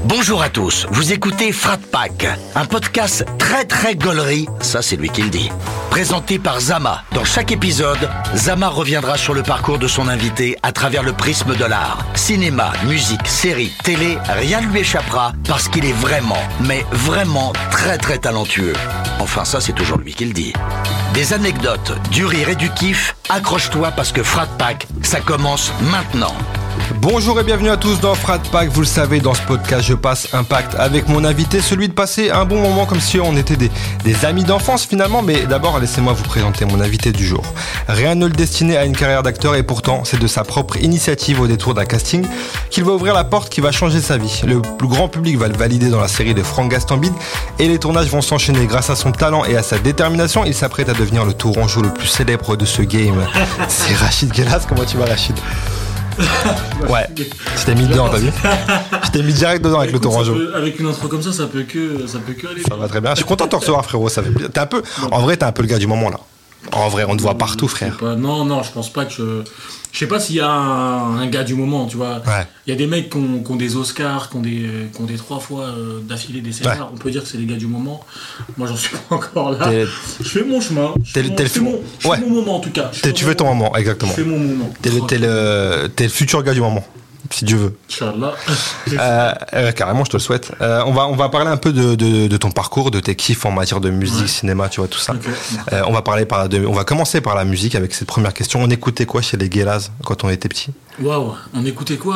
Bonjour à tous, vous écoutez Frat Pack, un podcast très gaulerie, ça c'est lui qui le dit. Présenté par Zama. Dans chaque épisode, Zama reviendra sur le parcours de son invité à travers le prisme de l'art. Cinéma, musique, série, télé, rien ne lui échappera parce qu'il est vraiment, mais vraiment très talentueux. Enfin ça c'est toujours lui qui le dit. Des anecdotes, du rire et du kiff, accroche-toi parce que Frat Pack, ça commence maintenant. Bonjour et bienvenue à tous dans Frat Pack. Vous le savez, dans ce podcast, je passe un pacte avec mon invité, celui de passer un bon moment comme si on était des amis d'enfance finalement. Mais d'abord, laissez-moi vous présenter mon invité du jour. Rien ne le destinait à une carrière d'acteur et pourtant, c'est de sa propre initiative au détour d'un casting qu'il va ouvrir la porte qui va changer sa vie. Le plus grand public va le valider dans la série de Franck Gastambide et les tournages vont s'enchaîner grâce à son talent et à sa détermination. Il s'apprête à devenir le tourangeau le plus célèbre de ce game. C'est Rachid Guellas. Comment tu vas, Rachid ? Ouais, je t'ai mis dedans, t'as vu ? Je t'ai mis direct dedans avec le tourangeau. Avec une intro comme ça peut que aller. Ça va très bien. Je suis content de te recevoir, frérot. Ça fait plaisir. En vrai, t'es un peu le gars du moment là. En vrai, on te voit partout, frère. Non, je pense pas que je sais pas s'il y a un gars du moment, tu vois. Ouais. Il y a des mecs qui ont des Oscars, qui ont des 3 fois d'affilée des Césars. Ouais. On peut dire que c'est les gars du moment. Moi, j'en suis pas encore là. Je fais mon chemin. Je fais mon moment en tout cas. Tu veux ton moment, exactement. Je fais mon moment. T'es le futur gars du moment. Si Dieu veut. Inch'Allah. Carrément, je te le souhaite. On va parler un peu de ton parcours, de tes kiffs en matière de musique, cinéma, tu vois, tout ça. Okay. On va commencer par la musique avec cette première question. On écoutait quoi chez les Guellas quand on était petit ? Waouh, on écoutait quoi ?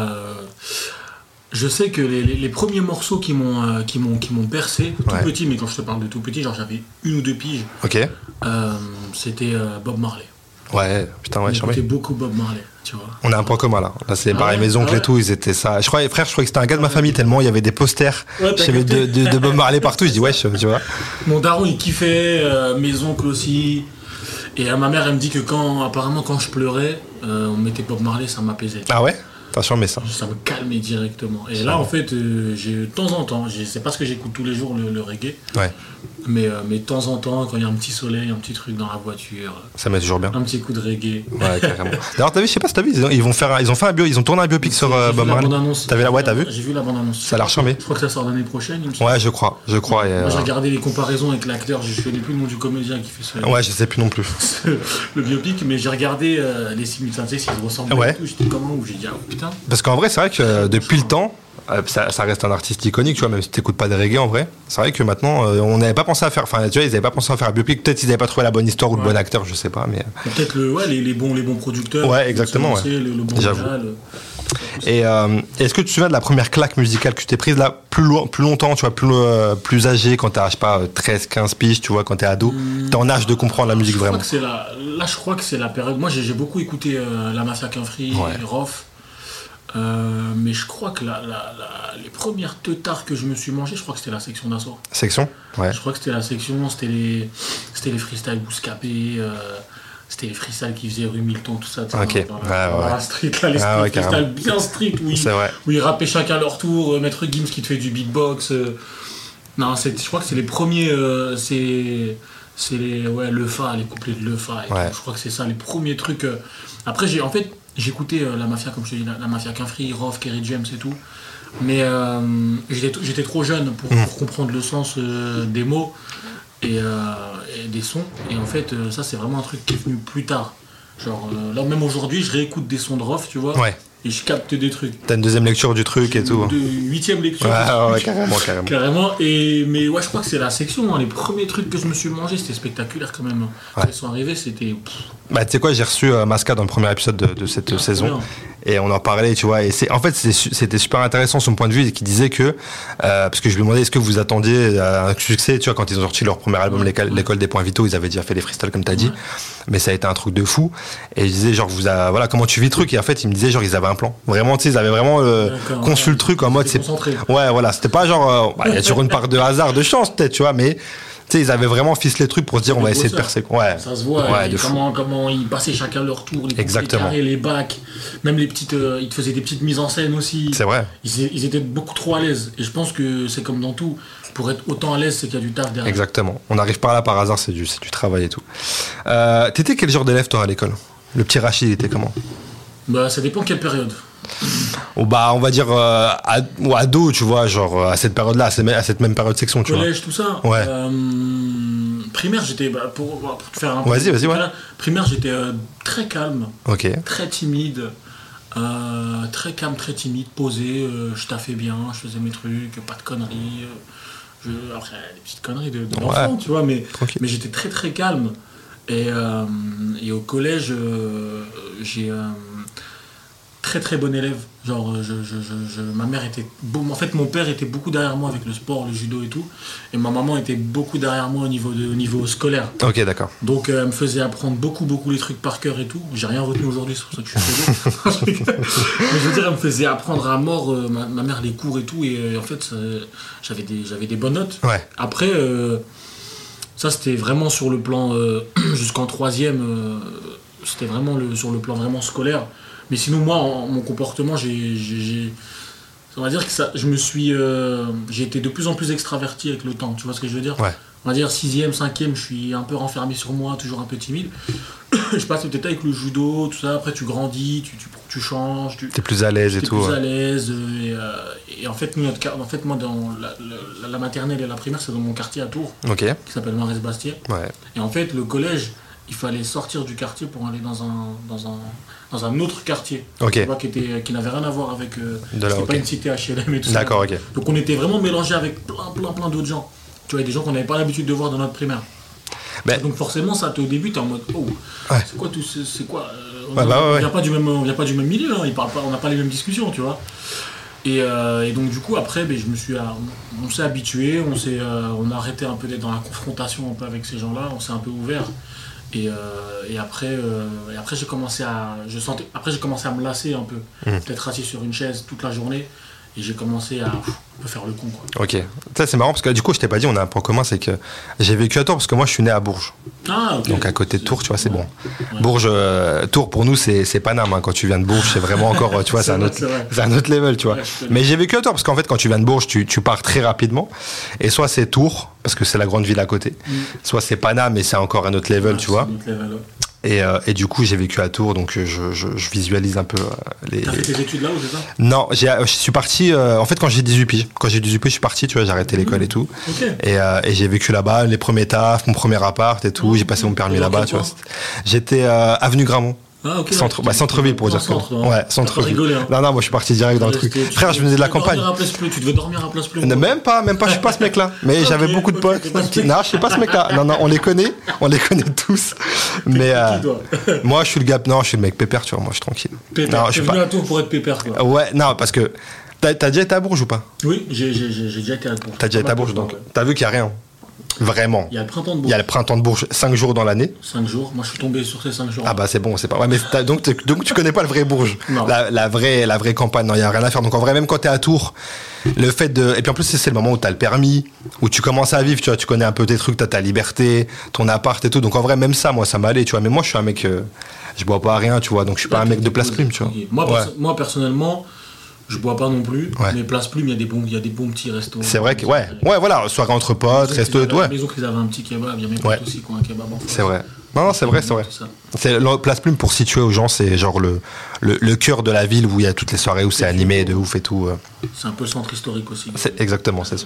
Je sais que les premiers morceaux qui m'ont bercé, tout petit, mais quand je te parle de tout petit, genre j'avais 1 ou 2 piges. Ok. C'était Bob Marley. Ouais, putain, ouais, j'écoutais beaucoup Bob Marley, tu vois. On a un point commun là. Là, c'est pareil, mes oncles et tout, ils étaient ça. Je croyais que c'était un gars de ma famille tellement il y avait des posters de Bob Marley partout. Je dis wesh, tu vois. Mon daron il kiffait, mes oncles aussi. Et ma mère elle me dit que quand je pleurais, on mettait Bob Marley, ça m'apaisait. Ah ouais ? Attention, mais ça me calmait directement. Et là, en fait, de temps en temps, c'est pas ce que j'écoute tous les jours le reggae. Ouais. Mais de temps en temps, quand il y a un petit soleil, un petit truc dans la voiture. Ça met toujours bien. Un petit coup de reggae. Ouais, carrément. D'ailleurs, je sais pas si t'as vu, ils ont tourné un biopic sur Bob Marley. T'as vu ? J'ai vu la bande-annonce. Ça a l'air charmé. Je crois que ça sort l'année prochaine. Il me semble. Ouais, je crois. Moi, j'ai regardé les comparaisons avec l'acteur. Je connais plus le nom du comédien qui fait ça. Ouais, je sais plus non plus. Le biopic, mais j'ai regardé les similitudes, s'ils se ressemblent. Ouais. Tout. J'étais comment où j'ai dit putain. Parce qu'en vrai, c'est vrai que depuis le temps, ça reste un artiste iconique, tu vois, même si t'écoutes pas de reggae en vrai. C'est vrai que maintenant, on n'avait pas pensé à faire. Enfin, tu vois, ils n'avaient pas pensé à faire un biopic. Peut-être qu'ils n'avaient pas trouvé la bonne histoire ou le bon acteur, je sais pas. Mais peut-être les bons producteurs. Ouais, exactement. Le bon J'avoue. Réal, Et est-ce que tu te souviens de la première claque musicale que tu t'es prise là plus longtemps, tu vois, plus âgé, quand t'as, je sais pas, 13, 15 piges, tu vois, quand t'es ado, t'es en âge de comprendre la musique vraiment. Je crois que c'est la période. Moi, j'ai beaucoup écouté la Mafia Qu'un Free, Rof. Mais je crois que les premières teutards que je me suis mangé, je crois que c'était la section d'assaut. Section ? Ouais. Je crois que c'était la section, c'était les freestyles Bouscapé, c'était les freestyles qui faisaient rue Milton, tout ça. Ok. Dans la street, là, les freestyles bien street, où ils rappaient chacun leur tour, Maître Gims qui te fait du beatbox. Non, je crois que c'est les premiers, c'est le Fa, les couplets de Le Fa. Je crois que c'est ça, les premiers trucs. Après, j'écoutais la Mafia, comme je te dis, la Mafia Qu'un Free, Rof, Kerry James et tout. Mais j'étais trop jeune pour comprendre le sens des mots et des sons. Et en fait, ça, c'est vraiment un truc qui est venu plus tard. Genre, là, même aujourd'hui, je réécoute des sons de Rof, tu vois. Ouais. Et je capte des trucs. T'as une deuxième lecture du truc et tout. 8e lecture. Ouais, carrément. Mais ouais, je crois que c'est la section. Les premiers trucs que je me suis mangé, c'était spectaculaire quand même. Quand ils sont arrivés, c'était. Bah, tu sais quoi, j'ai reçu Masca dans le premier épisode de cette saison. Et on en parlait, tu vois. Et c'était super intéressant son point de vue, qui disait que. Parce que je lui demandais, est-ce que vous attendiez un succès, tu vois, quand ils ont sorti leur premier album, L'école des points vitaux, ils avaient déjà fait les freestyles, comme t'as dit. Mais ça a été un truc de fou. Et je disais, genre, voilà, comment tu vis le truc. Et en fait, il me disait, genre, ils avaient un plan. Vraiment, tu sais, ils avaient vraiment conçu le truc en mode. Ouais, voilà. C'était pas genre. Il y a toujours une part de hasard, de chance, peut-être, tu vois, mais. Tu sais, ils avaient vraiment ficelé le truc pour se dire on va essayer de percer. Ouais. Ça se voit. Ouais, comment ils passaient chacun leur tour, les carrés, les bacs, même les petites. Ils te faisaient des petites mises en scène aussi. C'est vrai. Ils étaient beaucoup trop à l'aise. Et je pense que c'est comme dans tout. Pour être autant à l'aise, c'est qu'il y a du taf derrière. Exactement. On n'arrive pas là par hasard, c'est du travail et tout. T'étais quel genre d'élève toi à l'école ? Le petit Rachid, il était comment ? Bah, ça dépend quelle période. on va dire ado, tu vois, genre à cette période-là, à cette même période de section, tu vois. Collège, tout ça. Ouais. Primaire, j'étais pour te faire un peu. Vas-y, ouais. Primaire, j'étais très calme, très timide, très calme, très timide, posé. Je taffais bien, je faisais mes trucs, pas de conneries. Après, des petites conneries d'enfant, tu vois, mais j'étais très très calme. Et au collège, j'ai très très bon élève. Genre, ma mère était... En fait, mon père était beaucoup derrière moi avec le sport, le judo et tout. Et ma maman était beaucoup derrière moi au niveau scolaire. Ok, d'accord. Donc, elle me faisait apprendre beaucoup les trucs par cœur et tout. J'ai rien retenu aujourd'hui, c'est pour ça que je suis très Mais je veux dire, elle me faisait apprendre à mort, ma mère, les cours et tout. Et en fait, j'avais des bonnes notes. Ouais. Après... ça, c'était vraiment sur le plan, jusqu'en 3e, c'était vraiment sur le plan vraiment scolaire. Mais sinon, moi, mon comportement, on va dire que ça, j'ai été de plus en plus extraverti avec le temps, tu vois ce que je veux dire ? Ouais. On va dire 6e, 5e, je suis un peu renfermé sur moi, toujours un peu timide. Je passe peut-être avec le judo, tout ça, après tu grandis, tu changes. T'es plus à l'aise et tout. Plus à l'aise. Et en fait, moi, dans la maternelle et la primaire, c'est dans mon quartier à Tours, qui s'appelle Marès-Bastier. Ouais. Et en fait, le collège, il fallait sortir du quartier pour aller dans un autre quartier, tu vois, qui n'avait rien à voir avec... c'était pas une cité HLM et tout ça. D'accord, ok. Donc on était vraiment mélangés avec plein d'autres gens. Tu vois, des gens qu'on n'avait pas l'habitude de voir dans notre primaire. Donc forcément, ça, au début, t'es en mode, c'est quoi tout, c'est quoi on vient pas du même milieu, hein, on n'a pas les mêmes discussions, tu vois. Et donc du coup, après, on s'est habitué, on a arrêté un peu d'être dans la confrontation un peu avec ces gens-là, on s'est un peu ouvert. Et après j'ai commencé à me lasser un peu, peut-être assis sur une chaise toute la journée. Et j'ai commencé à faire le con, quoi. Ok. Ça, c'est marrant parce que du coup, je t'ai pas dit, on a un point commun, c'est que j'ai vécu à Tours parce que moi, je suis né à Bourges. Ah, ok. Donc à côté de Tours, tu vois, c'est bon. Ouais. Bourges, Tours, pour nous, c'est Paname. Hein. Quand tu viens de Bourges, c'est vraiment encore, tu vois, c'est un autre level, tu vois. Ouais, mais j'ai vécu à Tours parce qu'en fait, quand tu viens de Bourges, tu pars très rapidement. Et soit c'est Tours, parce que c'est la grande ville à côté. Soit c'est Paname, et c'est encore un autre level, tu vois. Un autre level, ouais. Et du coup, j'ai vécu à Tours, donc je visualise un peu les... T'as fait tes études là ou c'est ça ? Non, je suis parti... en fait, quand j'ai 18 piges, je suis parti, tu vois, j'ai arrêté l'école et tout. Okay. Et j'ai vécu là-bas, les premiers tafs, mon premier appart et tout. J'ai passé mon permis là-bas, tu vois. J'étais avenue Gramont. Ah, ok. Centre-ville pour dire centre, que... Ouais, centre-ville. Rigolé, hein. Non, moi je suis parti direct dans le truc. Frère, je venais de la campagne. Tu devais dormir à Place Plume. Même pas, je suis pas ce mec-là. Mais j'avais beaucoup de potes. Non, je suis pas ce mec-là. Non, on les connaît tous. Mais moi je suis le gars, non, je suis le mec pépère, tu vois, moi je suis tranquille. Pépère, je suis venu à Tours pour être pépère, quoi. Ouais, non, parce que t'as déjà été à Bourges ou pas ? Oui, j'ai déjà été à Bourges. T'as déjà été à Bourges, donc t'as vu qu'il y a rien. Vraiment. Il y a le printemps de Bourges. Il y a le printemps de Bourges, 5 jours dans l'année. 5 jours, moi je suis tombé sur ces 5 jours. Ah bah c'est bon, c'est pas. Ouais, mais donc tu connais pas le vrai Bourges. Non. La vraie campagne, non, il y a rien à faire. Donc en vrai, même quand t'es à Tours, le fait de. Et puis en plus, c'est le moment où t'as le permis, où tu commences à vivre, tu vois, tu connais un peu tes trucs, t'as ta liberté, ton appart et tout. Donc en vrai, même ça, moi, ça m'allait, tu vois. Mais moi, je suis un mec. Je bois pas à rien, tu vois. Donc je suis pas un mec de Place Plume, tu vois. Moi personnellement. Je bois pas non plus, mais Place Plume, il y a des bons petits restos. C'est vrai que, ouais, voilà, soirée entre potes, resto et tout, ouais. À la maison qu'ils avaient un petit kebab, il y a mes potes aussi qui ont un kebab en face. C'est vrai. Non, c'est vrai. C'est Place Plume, pour situer aux gens, c'est genre le cœur de la ville où il y a toutes les soirées où c'est animé de ouf et tout. C'est un peu le centre historique aussi. Exactement, c'est ça.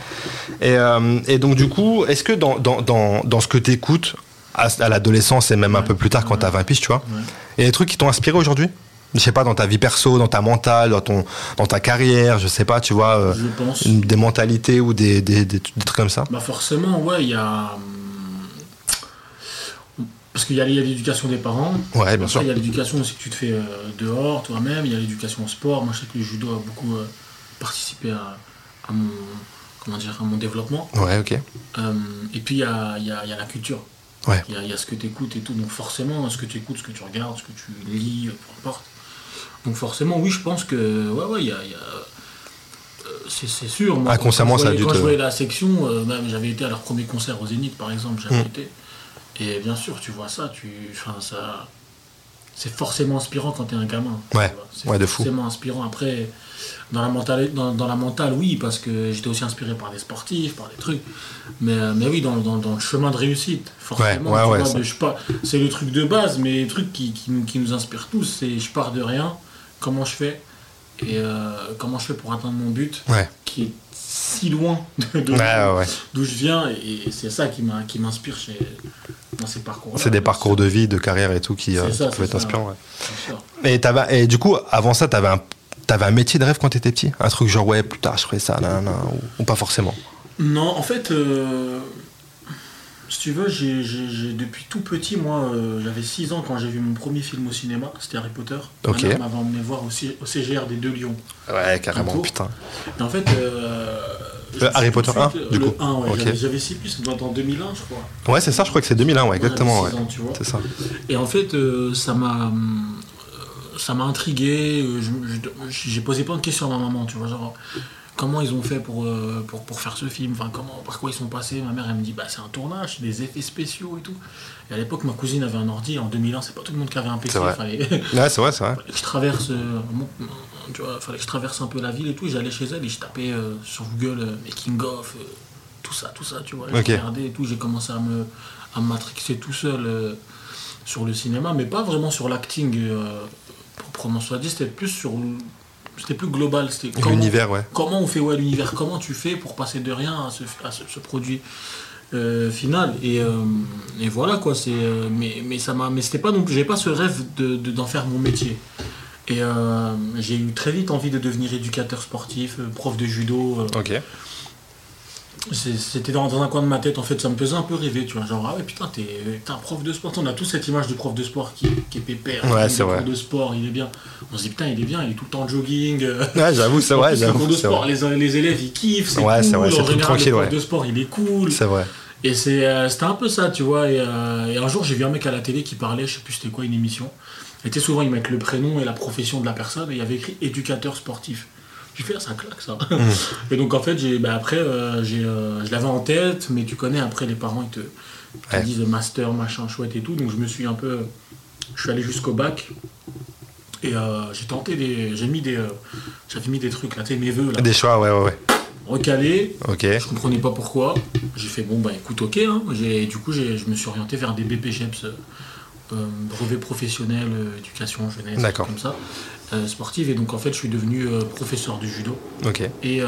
Et donc du coup, est-ce que dans ce que t'écoutes, à l'adolescence et même un peu plus tard quand t'as 20 piges, tu vois, il y a des trucs qui t'ont inspiré aujourd'hui ? Je sais pas, dans ta vie perso, dans ta mentale, dans ta carrière, je sais pas, tu vois, je pense. Des mentalités ou des trucs comme ça. Bah forcément, ouais, il y a... Parce qu'il y a l'éducation des parents. Ouais, bien sûr. Il y a l'éducation aussi que tu te fais dehors, toi-même. Il y a l'éducation au sport. Moi, je sais que le judo a beaucoup participé à mon développement. Ouais, ok. Et puis, il y a la culture. Ouais. Il y a ce que tu écoutes et tout. Donc forcément, ce que tu écoutes, ce que tu regardes, ce que tu lis, peu importe. Donc forcément, oui, je pense que il y a c'est sûr. Moi, inconsciemment, ça a dû quand je voyais la section, même j'avais été à leur premier concert au Zénith, par exemple, j'avais été. Et bien sûr, tu vois ça, ça, c'est forcément inspirant quand t'es un gamin. Ouais, de fou. C'est forcément inspirant. Après, dans la mentale, oui, parce que j'étais aussi inspiré par des sportifs, par des trucs. Mais oui, dans le chemin de réussite, forcément. Ouais, c'est le truc de base, mais le truc qui nous inspire tous, c'est je pars de rien. comment je fais et comment je fais pour atteindre mon but, qui est si loin d'où je viens, et c'est ça qui m'inspire dans ces parcours-là. C'est des parcours de vie, de carrière et tout qui peuvent être inspirants. Et du coup, avant ça, t'avais un métier de rêve quand t'étais petit? Un truc genre, plus tard je ferais ça, ou pas forcément? Non, en fait, si tu veux, j'ai depuis tout petit, moi, j'avais 6 ans quand j'ai vu mon premier film au cinéma, c'était Harry Potter. Ma mère m'avait emmené voir au CGR des 2 Lions. Ouais, carrément, putain. Et en fait... Harry Potter 1, du coup. Le 1, ouais, j'avais 6 plus, ça doit être en 2001, je crois. Ouais, c'est ça, je crois que c'est 2001, ouais, exactement. Ans, tu vois. C'est ça. Et en fait, ça m'a intrigué, j'ai posé plein de questions à ma maman, tu vois, genre... Comment ils ont fait pour faire ce film, enfin, par quoi ils sont passés. Ma mère, elle me dit, c'est un tournage, c'est des effets spéciaux et tout. Et à l'époque, ma cousine avait un ordi, en 2001, c'est pas tout le monde qui avait un PC. Ouais, c'est vrai. Fallait que je traverse, fallait que je traverse un peu la ville et tout. J'allais chez elle et je tapais sur Google making of, tout ça, tu vois. J'ai regardé et tout, j'ai commencé à me matrixer tout seul sur le cinéma, mais pas vraiment sur l'acting proprement soit dit, c'était plus global, c'était l'univers, comment on fait l'univers, comment tu fais pour passer de rien à ce produit final, et voilà quoi, mais c'était pas non plus, j'ai pas ce rêve d'en faire mon métier, et j'ai eu très vite envie de devenir éducateur sportif, prof de judo. C'était dans un coin de ma tête, en fait, ça me faisait un peu rêver, tu vois, genre, ah ouais, putain, t'es un prof de sport, on a tous cette image du prof de sport qui est pépère, c'est vrai. Prof de sport, il est bien, on se dit, putain, il est bien, il est tout le temps en jogging, ouais, j'avoue, c'est vrai, le cours de sport, les élèves, ils kiffent, c'est cool, c'est vrai, en général, tranquille, le prof de sport, il est cool, c'est vrai, et c'était un peu ça, tu vois, et un jour, j'ai vu un mec à la télé qui parlait, je sais plus c'était quoi, une émission, et souvent, ils mettent le prénom et la profession de la personne, et il y avait écrit éducateur sportif. J'ai fait, ça claque ça. Et donc en fait, je l'avais en tête, mais tu connais, après les parents ils te disent master, machin, chouette et tout. Donc je suis allé jusqu'au bac et j'avais mis des trucs là, tu sais, mes vœux là. Des choix, ouais. Recalé, je comprenais pas pourquoi. J'ai fait écoute, ok, hein. Du coup je me suis orienté vers des BPGEPS, brevet professionnel, éducation jeunesse, comme ça. Sportive, et donc en fait je suis devenu professeur de judo et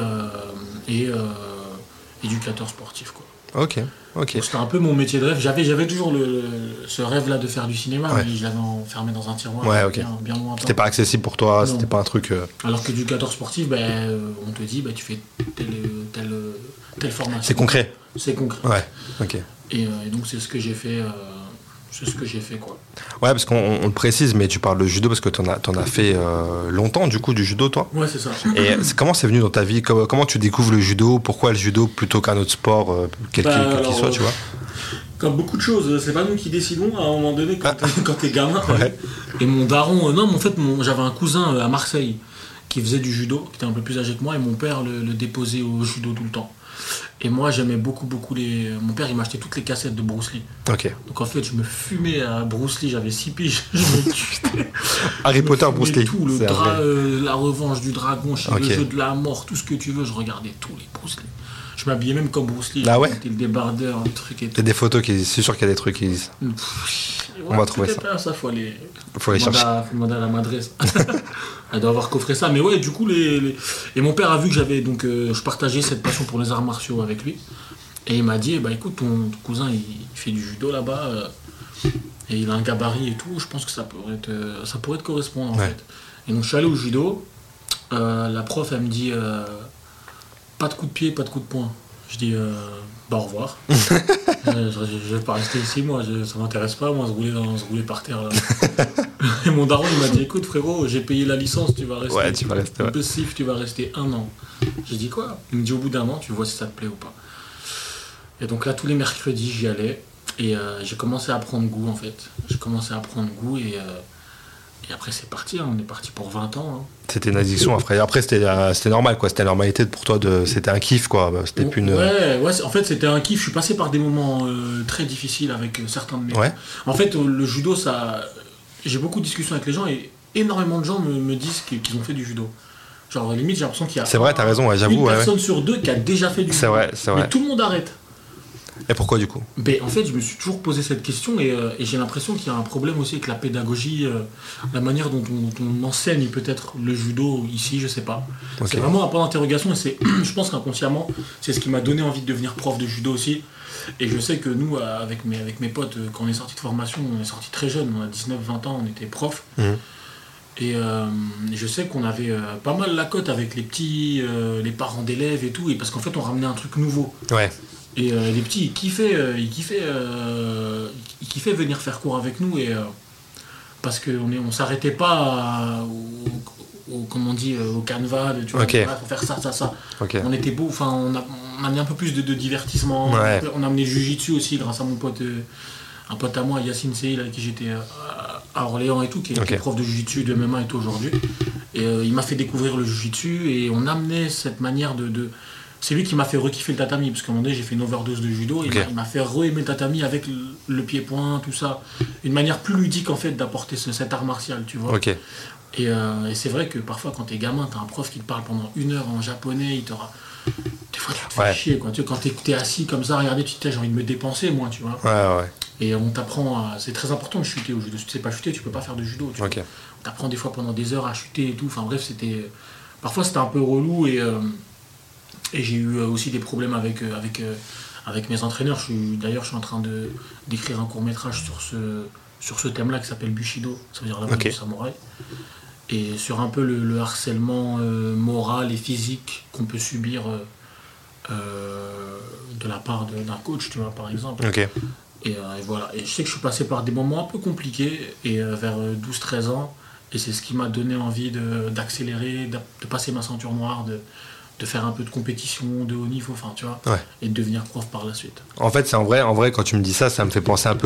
éducateur sportif, quoi. Ok. Donc, c'était un peu mon métier de rêve. J'avais toujours ce rêve là de faire du cinéma, mais je l'avais enfermé dans un tiroir bien lointain. C'était pas accessible pour toi, c'était pas un truc. Alors qu'éducateur sportif, on te dit tu fais telle formation. C'est concret. Ouais. Ok. Et donc c'est ce que j'ai fait. C'est ce que j'ai fait, quoi. Ouais, parce qu'on le précise, mais tu parles de judo parce que t'en as fait longtemps, du coup, du judo, toi. Ouais, c'est ça. Et comment c'est venu dans ta vie? Comment tu découvres le judo? Pourquoi le judo plutôt qu'un autre sport, quel qu'il soit, tu vois? Comme beaucoup de choses, c'est pas nous qui décidons à un moment donné quand t'es gamin. Et mon daron, en fait, j'avais un cousin à Marseille qui faisait du judo, qui était un peu plus âgé que moi, et mon père le déposait au judo tout le temps. Et moi j'aimais beaucoup mon père il m'achetait toutes les cassettes de Bruce Lee. Donc en fait je me fumais à Bruce Lee, j'avais 6 piges. Harry Potter, Bruce Lee. Tout, la revanche du dragon, le jeu de la mort, tout ce que tu veux, je regardais tous les Bruce Lee. Je m'habillais même comme Bruce Lee. C'était le débardeur, le truc et tout. Il y a des photos c'est sûr qu'il y a des trucs qui disent. On va trouver ça. Faut les chercher. Faut demander à la madresse. Elle doit avoir coffré ça. Mais ouais, du coup, et mon père a vu que j'avais donc je partageais cette passion pour les arts martiaux avec lui. Et il m'a dit, écoute, ton cousin, il fait du judo là-bas, et il a un gabarit et tout. Je pense que ça pourrait te correspondre en fait. Et donc je suis allé au judo. La prof, elle me dit, pas de coup de pied, pas de coup de poing. Je dis, au revoir. Je vais pas rester ici, moi, ça m'intéresse pas, moi, se rouler par terre là. Et mon daron il m'a dit, écoute frérot, j'ai payé la licence, tu vas rester. Ouais, tu vas rester. Tu vas rester 1 an. J'ai dit quoi? Il me dit, au bout d'1 an, tu vois si ça te plaît ou pas. Et donc là, tous les mercredis, j'y allais, et j'ai commencé à prendre goût en fait. Et après c'est parti, on est parti pour 20 ans. C'était une addiction après c'était normal quoi, c'était la normalité pour toi, c'était un kiff quoi, c'était plus une... Ouais, en fait c'était un kiff, je suis passé par des moments très difficiles avec certains de mes... En fait le judo, j'ai beaucoup de discussions avec les gens et énormément de gens me disent qu'ils ont fait du judo. Genre limite j'ai l'impression qu'il y a... C'est vrai, t'as raison, j'avoue. Une personne sur 2 qui a déjà fait du judo. C'est vrai. Mais tout le monde arrête. Et pourquoi du coup ? En fait, je me suis toujours posé cette question et j'ai l'impression qu'il y a un problème aussi avec la pédagogie, la manière dont on enseigne peut-être le judo ici, je sais pas. Okay. C'est vraiment un point d'interrogation et je pense qu'inconsciemment, c'est ce qui m'a donné envie de devenir prof de judo aussi. Et je sais que nous, avec mes potes, quand on est sorti de formation, on est sorti très jeune, on a 19-20 ans, on était prof. Et je sais qu'on avait pas mal la cote avec les petits, les parents d'élèves et tout, et parce qu'en fait on ramenait un truc nouveau. Ouais. Et les petits, ils kiffaient venir faire cours avec nous, et parce qu'on s'arrêtait pas comment on dit, au canevas, tu vois, okay. Faut faire ça. Okay. On était beau, enfin on amenait un peu plus de divertissement. Ouais. On a amené le jujitsu aussi grâce à mon pote, un pote à moi, Yacine Seil, avec qui j'étais à Orléans et tout, qui est prof de jujitsu, de MMA et tout aujourd'hui. Et il m'a fait découvrir le jujitsu et on amenait cette manière de... C'est lui qui m'a fait rekiffer le tatami, parce qu'à un moment donné j'ai fait une overdose de judo, il m'a fait re-aimer le tatami avec le pied-point, tout ça. Une manière plus ludique en fait d'apporter cet art martial, tu vois. Okay. Et c'est vrai que parfois quand t'es gamin, t'as un prof qui te parle pendant 1 heure en japonais, il t'aura... Des fois tu te fais chier quoi, tu vois, quand t'es assis comme ça, regardez, tu te dis j'ai envie de me dépenser moi, tu vois. Ouais. Et on t'apprend c'est très important de chuter au judo. Si tu sais pas chuter, tu peux pas faire de judo. On t'apprend des fois pendant des heures à chuter et tout. Enfin bref, parfois c'était un peu relou et j'ai eu aussi des problèmes avec mes entraîneurs. Je suis en train d'écrire un court-métrage sur ce thème-là qui s'appelle Bushido, ça veut dire la voie du samouraï. Et sur un peu le harcèlement moral et physique qu'on peut subir de la part d'un coach, tu vois, par exemple. Et voilà. Et je sais que je suis passé par des moments un peu compliqués et vers 12-13 ans. Et c'est ce qui m'a donné envie d'accélérer, de passer ma ceinture noire, de faire un peu de compétition de haut niveau, enfin tu vois, et de devenir prof par la suite. En fait, c'est en vrai, quand tu me dis ça me fait penser un peu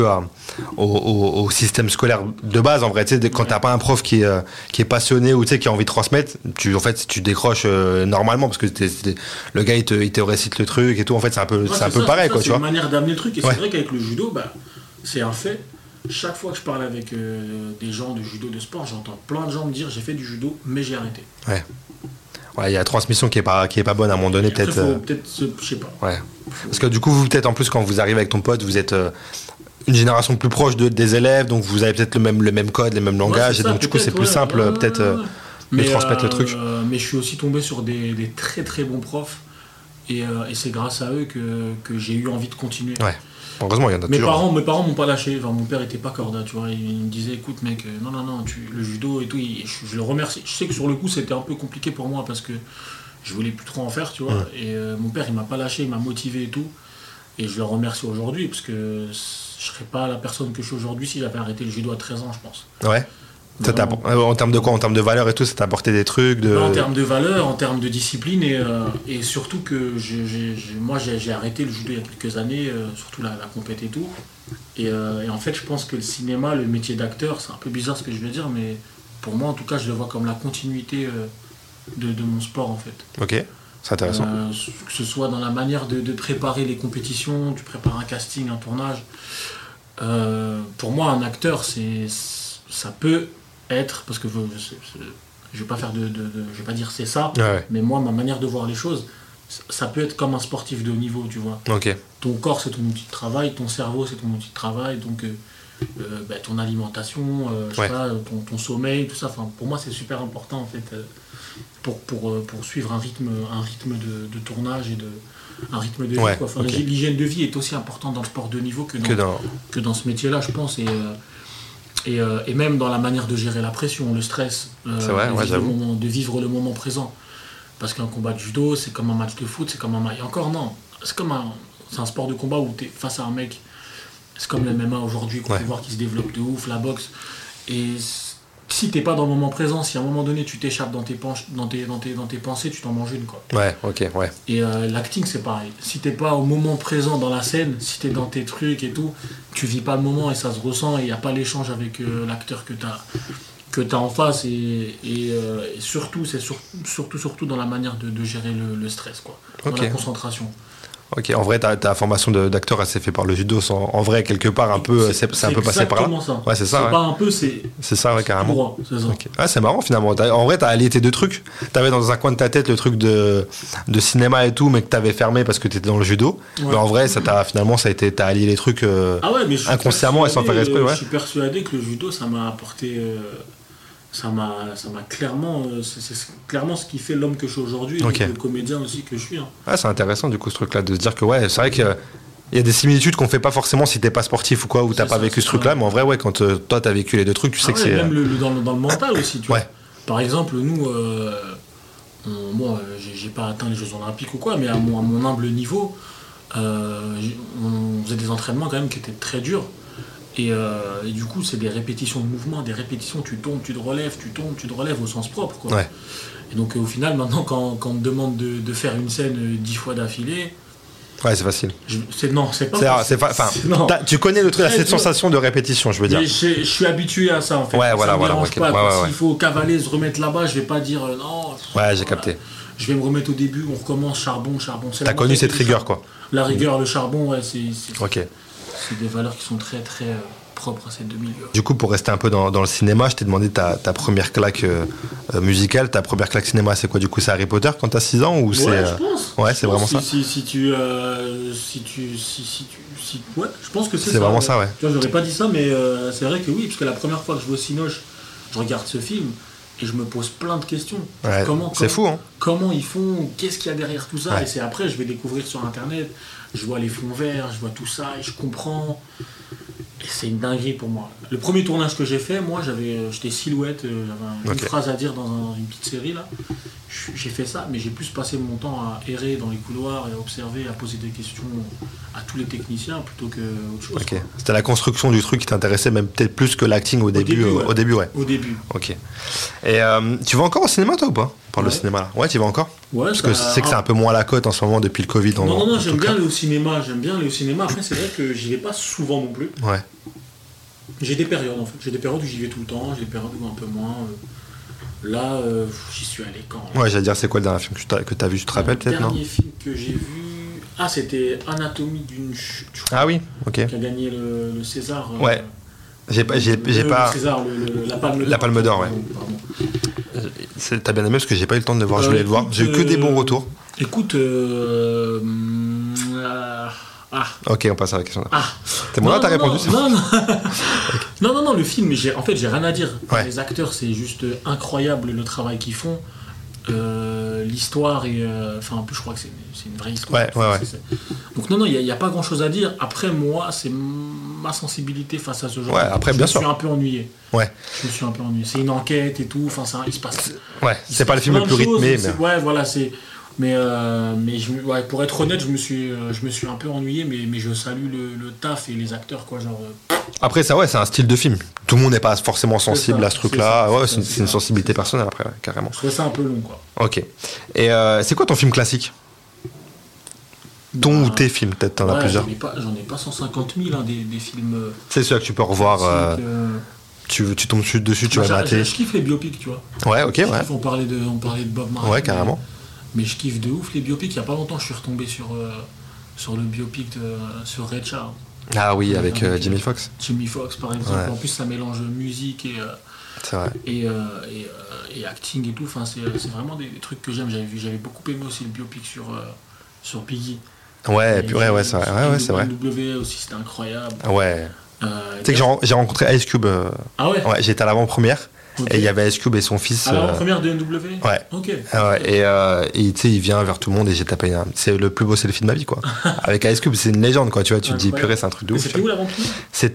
au système scolaire de base. En vrai, tu sais, quand t'as pas un prof qui est passionné ou tu sais qui a envie de transmettre, tu décroches normalement parce que le gars il te récite le truc et tout. En fait, c'est un peu pareil, quoi, tu vois. C'est une manière d'amener le truc et c'est vrai qu'avec le judo, c'est un fait. Chaque fois que je parle avec des gens de judo, de sport, j'entends plein de gens me dire j'ai fait du judo, mais j'ai arrêté. Ouais, il y a la transmission qui est pas bonne à un moment donné, peut-être. Je sais pas. Ouais. Parce que du coup, vous peut-être en plus quand vous arrivez avec ton pote, vous êtes une génération plus proche des élèves, donc vous avez peut-être le même code, les mêmes langages, et donc du coup c'est plus simple peut-être de transmettre le truc. Mais je suis aussi tombé sur des très très bons profs, et c'est grâce à eux que j'ai eu envie de continuer. Ouais. Heureusement, il y en a toujours. Mes parents m'ont pas lâché. Enfin, mon père était pas corda, tu vois. Il me disait, écoute, mec, non, le judo et tout. Je le remercie. Je sais que sur le coup, c'était un peu compliqué pour moi parce que je voulais plus trop en faire, tu vois. Et mon père, il m'a pas lâché, il m'a motivé et tout. Et je le remercie aujourd'hui parce que je serais pas la personne que je suis aujourd'hui si j'avais arrêté le judo à 13 ans, je pense. Ouais. En termes de quoi ? En termes de valeur et tout, ça t'a apporté des trucs En termes de valeur, en termes de discipline et surtout que moi j'ai arrêté le judo il y a quelques années, surtout la compète et tout. Et en fait je pense que le cinéma, le métier d'acteur, c'est un peu bizarre ce que je vais dire, mais pour moi en tout cas je le vois comme la continuité de mon sport en fait. Ok, c'est intéressant. Que ce soit dans la manière de préparer les compétitions, tu prépares un casting, un tournage. Pour moi un acteur ça peut être, parce que je vais pas faire je vais pas dire c'est ça, mais moi ma manière de voir les choses, ça peut être comme un sportif de haut niveau, tu vois. Ton corps c'est ton outil de travail, ton cerveau c'est ton outil de travail, donc ton alimentation, je sais pas, ton sommeil, tout ça. Enfin, pour moi c'est super important en fait pour suivre un rythme de tournage et un rythme de vie, quoi. Enfin, l'hygiène de vie est aussi importante dans le sport de niveau que dans ce métier là, je pense. Et même dans la manière de gérer la pression, le stress, de vivre le moment présent. Parce qu'un combat de judo, c'est comme un match de foot, c'est comme un match. Et encore non, c'est un sport de combat où tu es face à un mec. C'est comme le MMA aujourd'hui, qu'on peut voir qui se développe de ouf, la boxe. Et si t'es pas dans le moment présent, si à un moment donné tu t'échappes dans tes pensées, tu t'en manges une, quoi. Et l'acting c'est pareil. Si t'es pas au moment présent dans la scène, si t'es dans tes trucs et tout, tu vis pas le moment et ça se ressent et y a pas l'échange avec l'acteur que t'as en face et surtout c'est surtout dans la manière de gérer le stress, quoi. Dans la concentration. Ok, en vrai, ta formation d'acteur, elle s'est fait par le judo. En vrai, quelque part, un peu, c'est un peu passé par là. Ça. Ouais, c'est ça. C'est pas un peu, c'est. C'est ça, ouais, carrément. Droit, c'est ça. Okay. Ah, c'est marrant finalement. En vrai, t'as allié tes deux trucs. T'avais dans un coin de ta tête le truc de cinéma et tout, mais que t'avais fermé parce que t'étais dans le judo. Ouais. Mais en vrai, t'as allié les trucs mais inconsciemment et sans faire exprès. Ouais. Je suis persuadé que le judo, ça m'a apporté. Ça m'a clairement. C'est clairement ce qui fait l'homme que je suis aujourd'hui, et le comédien aussi que je suis. Hein. Ah, c'est intéressant du coup ce truc-là, de se dire que ouais, c'est vrai que. Il y a des similitudes qu'on fait pas forcément si t'es pas sportif ou quoi, ou t'as pas vécu ce truc-là, mais en vrai, ouais, quand toi t'as vécu les deux trucs, tu sais que c'est. Même dans le mental aussi, tu vois. Par exemple, nous, moi, j'ai pas atteint les Jeux Olympiques ou quoi, mais à mon humble niveau, on faisait des entraînements quand même qui étaient très durs. Et du coup, c'est des répétitions de mouvements, des répétitions, tu tombes, tu te relèves, tu tombes, tu te relèves au sens propre, quoi. Ouais. Et donc, au final, maintenant, quand on te demande de faire une scène 10 fois d'affilée. Ouais, c'est facile. C'est pas. Tu connais le truc, cette sensation de répétition, je veux dire. Je suis habitué à ça, en fait. Ouais, voilà. S'il faut cavaler, se remettre là-bas, je vais pas dire non. Ouais, j'ai capté. Je vais me remettre au début, on recommence, charbon. T'as connu cette rigueur, quoi. La rigueur, le charbon, ouais, c'est. Ok. C'est des valeurs qui sont très, très propres à ces deux milieux. Du coup, pour rester un peu dans le cinéma, je t'ai demandé ta première claque musicale. Ta première claque cinéma, c'est quoi? Du coup, c'est Harry Potter quand t'as 6 ans ou c'est... Ouais, je pense. Ouais, c'est vraiment ça. Ouais, je pense que c'est ça. C'est vraiment ça, ouais. Tu vois, j'aurais pas dit ça, mais c'est vrai que oui, parce que la première fois que je vais au Cinoche, je regarde ce film et je me pose plein de questions. Ouais, c'est fou, hein. Comment ils font? Qu'est-ce qu'il y a derrière tout ça? Ouais. Et c'est après, je vais découvrir sur Internet. Je vois les fonds verts, je vois tout ça et je comprends. Et c'est une dinguerie pour moi. Le premier tournage que j'ai fait, moi, j'étais Silhouette, j'avais une phrase à dire dans une petite série là. J'ai fait ça, mais j'ai plus passé mon temps à errer dans les couloirs et à observer, à poser des questions à tous les techniciens plutôt qu'autre chose. Ok. C'était la construction du truc qui t'intéressait, même peut-être plus que l'acting au début. Au début, ouais. Au début. Ok. Et tu vas encore au cinéma, toi, ou pas? Le cinéma là. Ouais, tu vas encore? Ouais, parce que c'est que c'est un peu moins à la cote en ce moment depuis le Covid. Non, j'aime bien aller au cinéma. Après, c'est vrai que j'y vais pas souvent non plus. Ouais. J'ai des périodes en fait. J'ai des périodes où j'y vais tout le temps, j'ai des périodes où un peu moins. Là, j'y suis allé quand. Ouais, j'allais dire, c'est quoi le dernier film que t'as vu? Tu te rappelles peut-être, non? Le dernier film que j'ai vu. Ah, c'était Anatomie d'une chute. Ah oui, ok. Qui a gagné le César. Ouais. J'ai pas. Le César, la Palme d'Or. La Palme d'Or, ouais. T'as bien aimé parce que j'ai pas eu le temps de le voir, je voulais le voir. J'ai eu que des bons retours. Écoute, ok, on passe à la question. C'est bon, là, t'as répondu. Non, le film, en fait, j'ai rien à dire. Ouais. Les acteurs, c'est juste incroyable le travail qu'ils font. L'histoire et en plus je crois que c'est une vraie histoire. Ouais. Donc non, il n'y a pas grand chose à dire. Après moi, c'est ma sensibilité face à ce genre. Ouais, après bien sûr. Je me suis un peu ennuyé. Ouais. Je me suis un peu ennuyé. C'est une enquête et tout. Enfin, il se passe. Ouais. C'est pas le film le plus rythmé, mais. Ouais, voilà, c'est. Mais pour être honnête, je me suis un peu ennuyé, mais je salue le taf et les acteurs, quoi, genre. Après ça, ouais, c'est un style de film. Tout le monde n'est pas forcément sensible à ce truc-là. Ouais, c'est une sensibilité personnelle après, ouais, carrément. Je trouvais ça un peu long, quoi. Ok. Et c'est quoi ton film classique? Ou tes films, peut-être t'en as plusieurs. J'en ai pas 150 000 des films. C'est ceux que tu peux revoir. Tu tombes dessus, tu vas mater. Je kiffe les biopics, tu vois. Ouais, ok, ouais. On parlait de Bob Marley. Ouais, carrément. Mais je kiffe de ouf les biopics. Il y a pas longtemps, je suis retombé sur le biopic sur Ray Charles. Ah oui, avec Jimmy Foxx. Jimmy Foxx, par exemple. Ouais. En plus, ça mélange musique et, c'est vrai. et acting et tout. Enfin, c'est vraiment des trucs que j'aime. J'avais beaucoup aimé aussi le biopic sur Biggie. Ouais, purée, ouais, c'est vrai. Ouais, c'est vrai. W aussi, c'était incroyable. Ouais. Tu sais que j'ai rencontré Ice Cube. Ah ouais? Ouais, j'étais à l'avant-première. Okay. Et il y avait Ice Cube et son fils. À l'avant-première de NW? Ouais. Ok. Ouais, et tu sais, il vient vers tout le monde et j'ai tapé c'est le plus beau selfie de ma vie, quoi. Avec Ice Cube, c'est une légende, quoi. Tu vois, tu te dis, purée, c'est un truc de ouf. C'était où l'avant-première?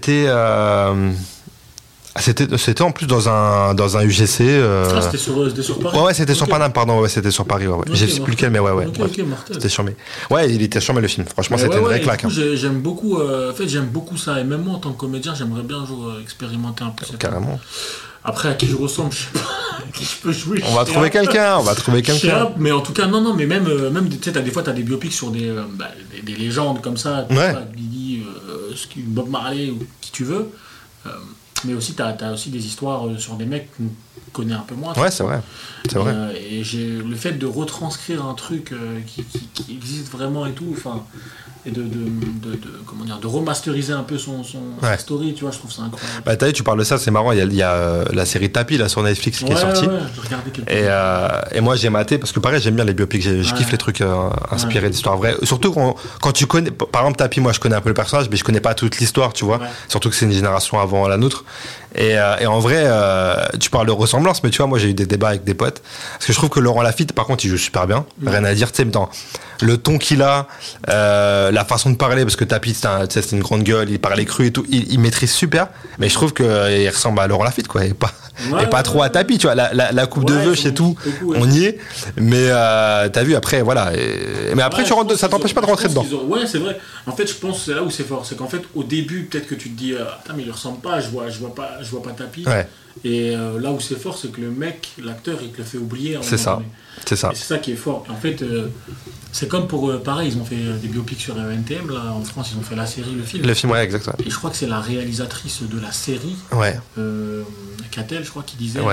C'était en plus dans un UGC. C'était sur Paris. Ouais, c'était sur Paname, pardon. Ouais, c'était sur Paris. Ouais. Okay, je sais plus lequel, mais ouais. C'était charmé. Ouais, il était charmé le film. Franchement, c'était une vraie claque. J'aime beaucoup. En fait, j'aime beaucoup ça. Et même moi, en tant que comédien, j'aimerais bien un jour expérimenter un peu ça. Carrément. Après, à qui je ressemble, je sais pas. À qui je peux jouer. On va trouver quelqu'un. Mais en tout cas, non. Mais même tu sais, des fois, t'as des biopics sur des légendes comme ça. Ouais. Biggie, Bob Marley ou qui tu veux. Mais aussi, t'as aussi des histoires sur des mecs connaît un peu moins. Ouais, c'est vrai. C'est vrai. Et le fait de retranscrire un truc qui existe vraiment et tout, enfin, et de remasteriser un peu son story, tu vois, je trouve ça incroyable. Bah t'as vu, tu parles de ça, c'est marrant, il y a la série Tapis là sur Netflix qui est sortie. Ouais, j'ai regardé quelques et moi j'ai maté parce que pareil j'aime bien les biopics, je kiffe les trucs inspirés d'histoires vraies. Surtout quand tu connais, par exemple Tapis, moi je connais un peu le personnage, mais je connais pas toute l'histoire, tu vois. Surtout que c'est une génération avant la nôtre. Et en vrai, tu parles de ressemblance, mais tu vois, moi j'ai eu des débats avec des potes parce que je trouve que Laurent Lafitte, par contre, il joue super bien. Rien à dire, tu sais, mais le ton qu'il a, la façon de parler, parce que Tapis, c'est une grande gueule, il parlait cru et tout, il maîtrise super, mais je trouve qu'il ressemble à Laurent Lafitte, quoi, et pas trop à Tapis, tu vois, la coupe de veuche et tout, on y est, mais t'as vu, après, voilà, mais après, ça t'empêche pas de rentrer dedans. Ouais, c'est vrai. En fait, je pense que c'est là où c'est fort, c'est qu'en fait, au début, peut-être que tu te dis, mais il ressemble pas, je vois pas Tapis. Ouais. Et là où c'est fort, c'est que le mec, l'acteur, il te le fait oublier. C'est ça. Et c'est ça qui est fort. En fait, c'est comme pour pareil, ils ont fait des biopics sur NTM là en France, ils ont fait la série, le film. Le film, ouais, exactement. Et je crois que c'est la réalisatrice de la série, Catel, je crois, qui disait,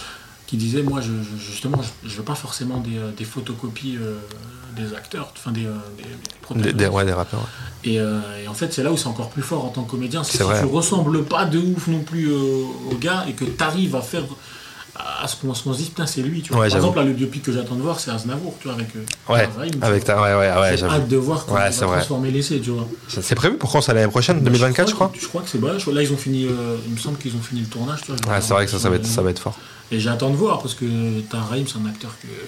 moi, justement, je veux pas forcément des photocopies des acteurs, enfin des rappeurs. Ouais. Et en fait, c'est là où c'est encore plus fort en tant que comédien, c'est si vrai. tu ressembles pas de ouf non plus au gars et que tu arrives à faire à ce qu'on se dit, putain, c'est lui, tu vois. Par exemple, là, le biopic que j'attends de voir, c'est Aznavour, tu vois, avec j'ai hâte de voir comment il va transformer l'essai, tu vois. C'est prévu pour quand, ça l'année prochaine, 2024, je crois. Je crois que c'est bon. Là, ils ont fini, il me semble qu'ils ont fini le tournage, tu vois. Ouais, c'est vrai que ça va être fort. Et j'attends de voir parce que Rahim, c'est un acteur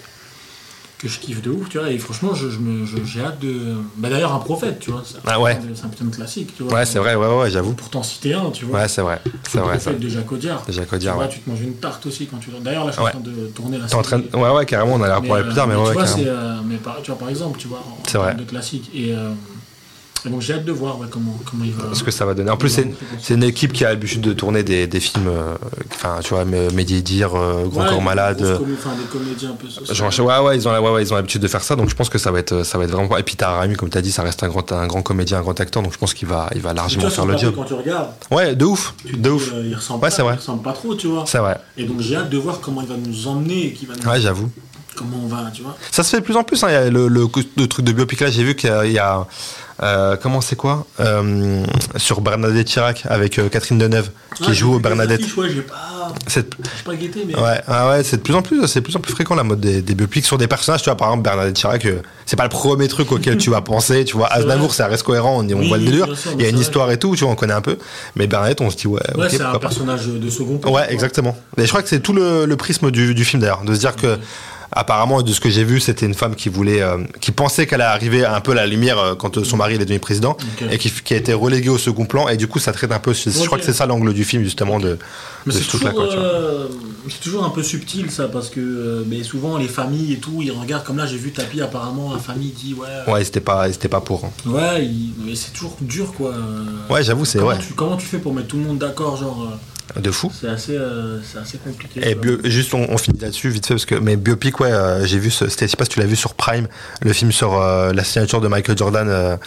que je kiffe de ouf, tu vois, et franchement j'ai hâte de... d'ailleurs un prophète, tu vois, c'est un putain de classique, tu vois. Ouais, c'est vrai, j'avoue. Pour t'en citer un, tu vois. Ouais, c'est vrai. Le prophète de Jacques Audiard. Tu vois, tu te manges une tarte aussi quand tu... D'ailleurs là je suis en train de tourner la série. Ouais, carrément, on a l'air pour aller plus tard, mais tu ouais, vois, carrément. tu vois, par exemple, tu vois, en c'est vrai. termes de classique, et donc j'ai hâte de voir comment il va... Ce que ça va donner. En plus, c'est une équipe qui a l'habitude de tourner des films, enfin, tu vois, Mehdi Dir, Grand Corps Malade. Des comédies un peu sociales. Ils ont l'habitude de faire ça, donc je pense que ça va être vraiment... Et puis t'as Rahimi, comme t'as dit, ça reste un grand comédien, un grand acteur, donc je pense qu'il va largement faire le job. Quand tu regardes... Ouais, de ouf. Il ressemble pas trop, tu vois. C'est vrai. Et donc j'ai hâte de voir comment il va nous emmener et qu'il va nous... Ouais, j'avoue. Comment on va, tu vois. Ça se fait de plus en plus, hein. Il y a le truc de biopic là, j'ai vu qu'il y a comment c'est quoi sur Bernadette Chirac avec Catherine Deneuve qui joue Bernadette. J'ai pas guetté, mais c'est de plus en plus fréquent la mode des biopics sur des personnages, tu vois. Par exemple Bernadette Chirac, c'est pas le premier truc auquel tu vas penser, tu vois. Aznavour, ça reste cohérent, on voit le délire, il y a une histoire et tout, tu vois, on connaît un peu, mais Bernadette, on se dit c'est un personnage de second plan. Ouais, exactement. Et je crois que c'est tout le prisme du film d'ailleurs, de se dire que apparemment, de ce que j'ai vu, c'était une femme qui pensait qu'elle allait arriver un peu à la lumière quand son mari est devenu président, et qui a été reléguée au second plan, et du coup ça traite un peu, je crois que c'est ça l'angle du film justement de ce truc là. C'est toujours un peu subtil ça, parce que mais souvent les familles et tout, ils regardent, comme là j'ai vu Tapis, apparemment la famille dit c'était pas pour. Ouais, mais c'est toujours dur quoi. Ouais, j'avoue, c'est comment tu fais pour mettre tout le monde d'accord, genre de fou. C'est assez compliqué. Et juste on finit là-dessus vite fait parce que biopic, j'ai vu je sais pas si tu l'as vu sur Prime, le film sur la signature de Michael Jordan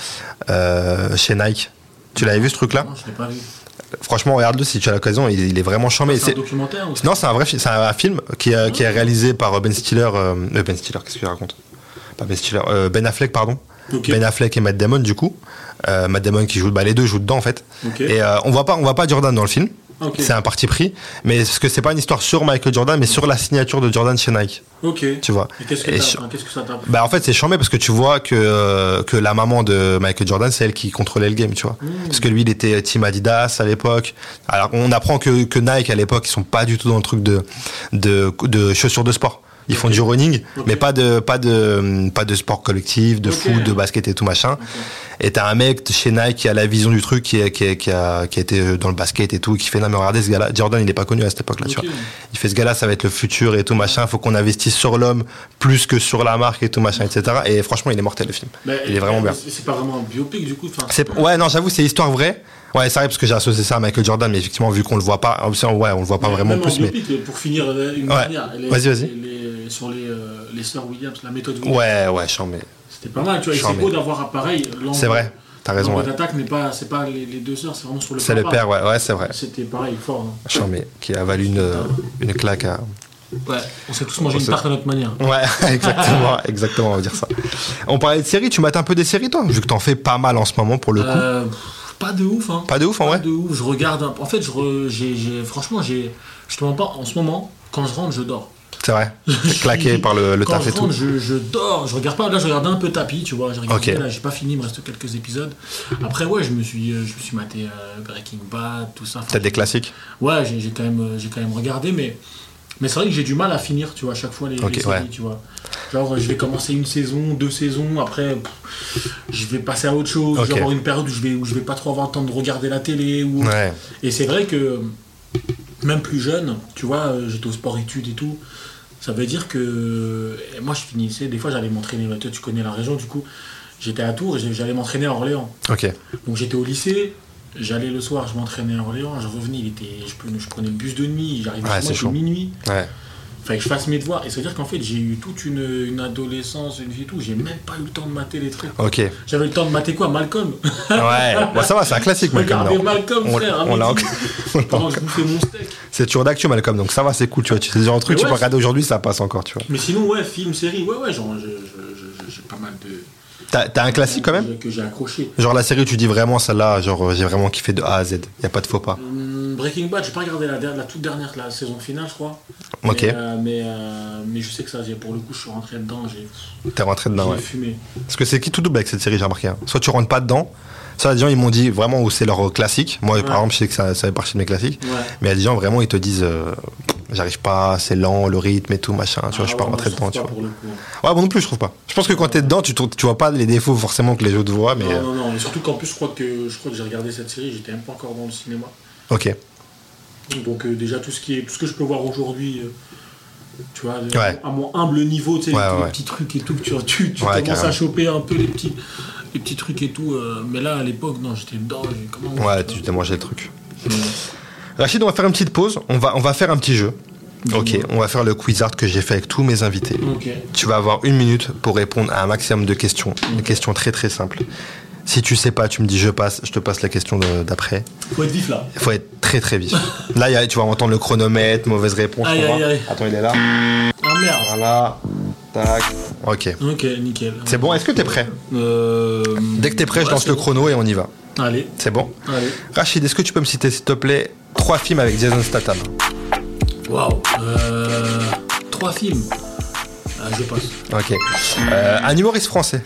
chez Nike. Tu l'avais vu ce truc là? Non, je l'ai pas vu. Franchement, regarde-le si tu as l'occasion, il est vraiment charmé. C'est un documentaire ou Non, c'est un vrai film, c'est un film qui est réalisé par Ben Stiller, qu'est-ce qu'il raconte? Pas Ben Stiller, Ben Affleck, pardon. Okay. Ben Affleck et Matt Damon du coup. Matt Damon qui joue, les deux jouent dedans en fait. Okay. Et on voit pas Jordan dans le film. Okay. C'est un parti pris, mais parce que c'est pas une histoire sur Michael Jordan, mais sur la signature de Jordan chez Nike. Ok. Tu vois. Et qu'est-ce que ça t'a... En fait, c'est charmé parce que tu vois que la maman de Michael Jordan, c'est elle qui contrôlait le game, tu vois. Parce que lui, il était team Adidas à l'époque. Alors, on apprend que Nike à l'époque, ils sont pas du tout dans le truc de chaussures de sport. Ils font du running, mais pas de sport collectif, de foot, de basket et tout machin. Et t'as un mec chez Nike qui a la vision du truc, qui a été dans le basket et tout, qui fait non mais regardez ce gars-là, Jordan il est pas connu à cette époque-là, tu vois. Il fait ce gars-là, ça va être le futur et tout machin. Faut qu'on investisse sur l'homme plus que sur la marque et tout machin, etc. Et franchement, il est mortel le film. Il est vraiment bien. C'est pas vraiment un biopic du coup. Ouais, non, j'avoue, c'est histoire vraie. Ouais, c'est vrai parce que j'ai associé ça à Michael Jordan, mais effectivement, vu qu'on le voit pas, on le voit pas vraiment plus. Mais pour finir une dernière, vas-y. Sur les sœurs Williams, la méthode Williams. Ouais, chambé. C'était pas mal, tu vois. Et c'est beau d'avoir pareil. C'est vrai. T'as raison. L'envoi d'attaque c'est pas les deux sœurs, c'est vraiment sur le papa. C'est le père, ouais, c'est vrai. C'était pareil, fort. Charmé, qui a valu une claque à... Ouais, on s'est tous mangé une tarte à notre manière. Ouais, exactement, on va dire ça. On parlait de séries, tu mates un peu des séries, toi, vu que t'en fais pas mal en ce moment pour le coup. Pas de ouf, hein. Pas de ouf, en vrai. Pas de ouf, je regarde. En fait, franchement, je te mens pas, en ce moment, quand je rentre, je dors. C'est vrai. Claqué par le taf et tout. Quand je dors, je regarde pas. Là, je regardais un peu Tapis, tu vois. J'ai regardé, là, j'ai pas fini, il me reste quelques épisodes. Après, ouais, je me suis maté Breaking Bad, tout ça. T'as des classiques. Ouais, j'ai quand même regardé, mais c'est vrai que j'ai du mal à finir, tu vois, à chaque fois les séries, tu vois. Genre, je vais commencer une saison, 2 saisons, après, je vais passer à autre chose. Je vais avoir une période où je vais pas trop avoir le temps de regarder la télé. Ouais. Et c'est vrai que, même plus jeune, tu vois, j'étais au sport-études et tout. Ça veut dire que moi je finissais, des fois j'allais m'entraîner, toi tu connais la région, du coup j'étais à Tours et j'allais m'entraîner à Orléans. Donc j'étais au lycée, j'allais le soir, je m'entraînais à Orléans, je revenais, je prenais le bus de nuit, j'arrivais à minuit. Ouais. Fallait que je fasse mes devoirs, et ça veut dire qu'en fait j'ai eu toute une adolescence, une vie et tout, j'ai même pas eu le temps de mater les trucs. J'avais le temps de mater quoi, Malcolm. Ouais, bon, ça va, c'est un classique Malcolm. Regardez Malcolm, frère, pendant que je bouffais mon steak. C'est toujours d'actu Malcolm, donc ça va, c'est cool, tu vois, c'est le genre de truc tu peux regarder aujourd'hui, ça passe encore, tu vois. Mais sinon, ouais, film, série, ouais, genre j'ai pas mal de... T'as un classique quand même que j'ai accroché. Genre la série où tu dis vraiment celle-là, genre j'ai vraiment kiffé de A à Z, y a pas de faux pas. Breaking Bad, j'ai pas regardé la toute dernière, la saison finale, je crois. Ok. Mais je sais que ça, pour le coup, je suis rentré dedans. T'es rentré dedans, j'ai fumé. Parce que c'est qui tout double avec cette série, j'ai remarqué. Hein. Soit tu rentres pas dedans, soit les gens ils m'ont dit vraiment où c'est leur classique. Moi, par exemple, je sais que ça fait partie de mes classiques. Ouais. Mais il y a des gens vraiment, ils te disent j'arrive pas, c'est lent, le rythme et tout, machin. Tu vois, je suis pas rentré dedans, tu vois. Ouais, bon non plus, je trouve pas. Je pense que quand t'es dedans, tu vois pas les défauts forcément que les autres voient. Mais... Non, et surtout qu'en plus, je crois que j'ai regardé cette série, j'étais même pas encore dans le cinéma. Ok. Donc déjà tout ce que je peux voir aujourd'hui, tu vois, à mon humble niveau, tu sais, les petits trucs et tout, que tu commences à choper un peu les petits trucs et tout. Mais là, à l'époque, non, j'étais dedans. Tu t'es mangé le truc. Rachid, on va faire une petite pause. On va faire un petit jeu. Ok, on va faire le quizard que j'ai fait avec tous mes invités. Tu vas avoir 1 minute pour répondre à un maximum de questions. Des questions très très simples. Si tu sais pas, tu me dis je te passe la question d'après. Faut être vif là. Faut être très très vif. Là, tu vas entendre le chronomètre, mauvaise réponse. Aïe. Attends, il est là. Ah merde. Voilà. Tac. Ok, nickel. C'est bon, est-ce que t'es prêt Dès que t'es prêt, je lance le chrono et on y va. Allez. C'est bon. Allez. Rachid, est-ce que tu peux me citer s'il te plaît 3 films avec Jason Statham? Waouh. 3 films. Je passe. Ok. Un humoriste français.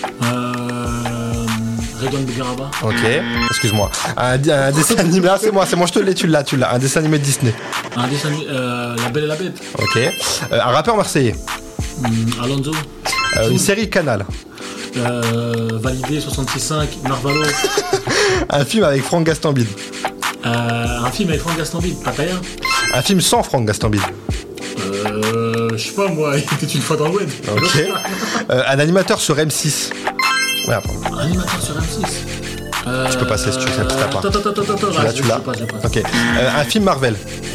Redouane Begaraba. Ok, excuse-moi. Un dessin animé, c'est moi, je te l'ai, tu l'as. Un dessin animé de Disney. Un dessin animé, La Belle et la Bête. Ok. Un rappeur marseillais. Alonso. Une série Canal. Validé, 66.5, Narvalo. Un film avec Franck Gastambide. Un film avec Franck Gastambide, Pattaya. Un film sans Franck Gastambide. Je sais pas moi, il était une fois dans le web. Ok. Un animateur sur M6. Ouais, un animateur sur M6. Tu peux passer si tu sais, t'as pas. Attends, tu l'as. Ok. Un film Marvel.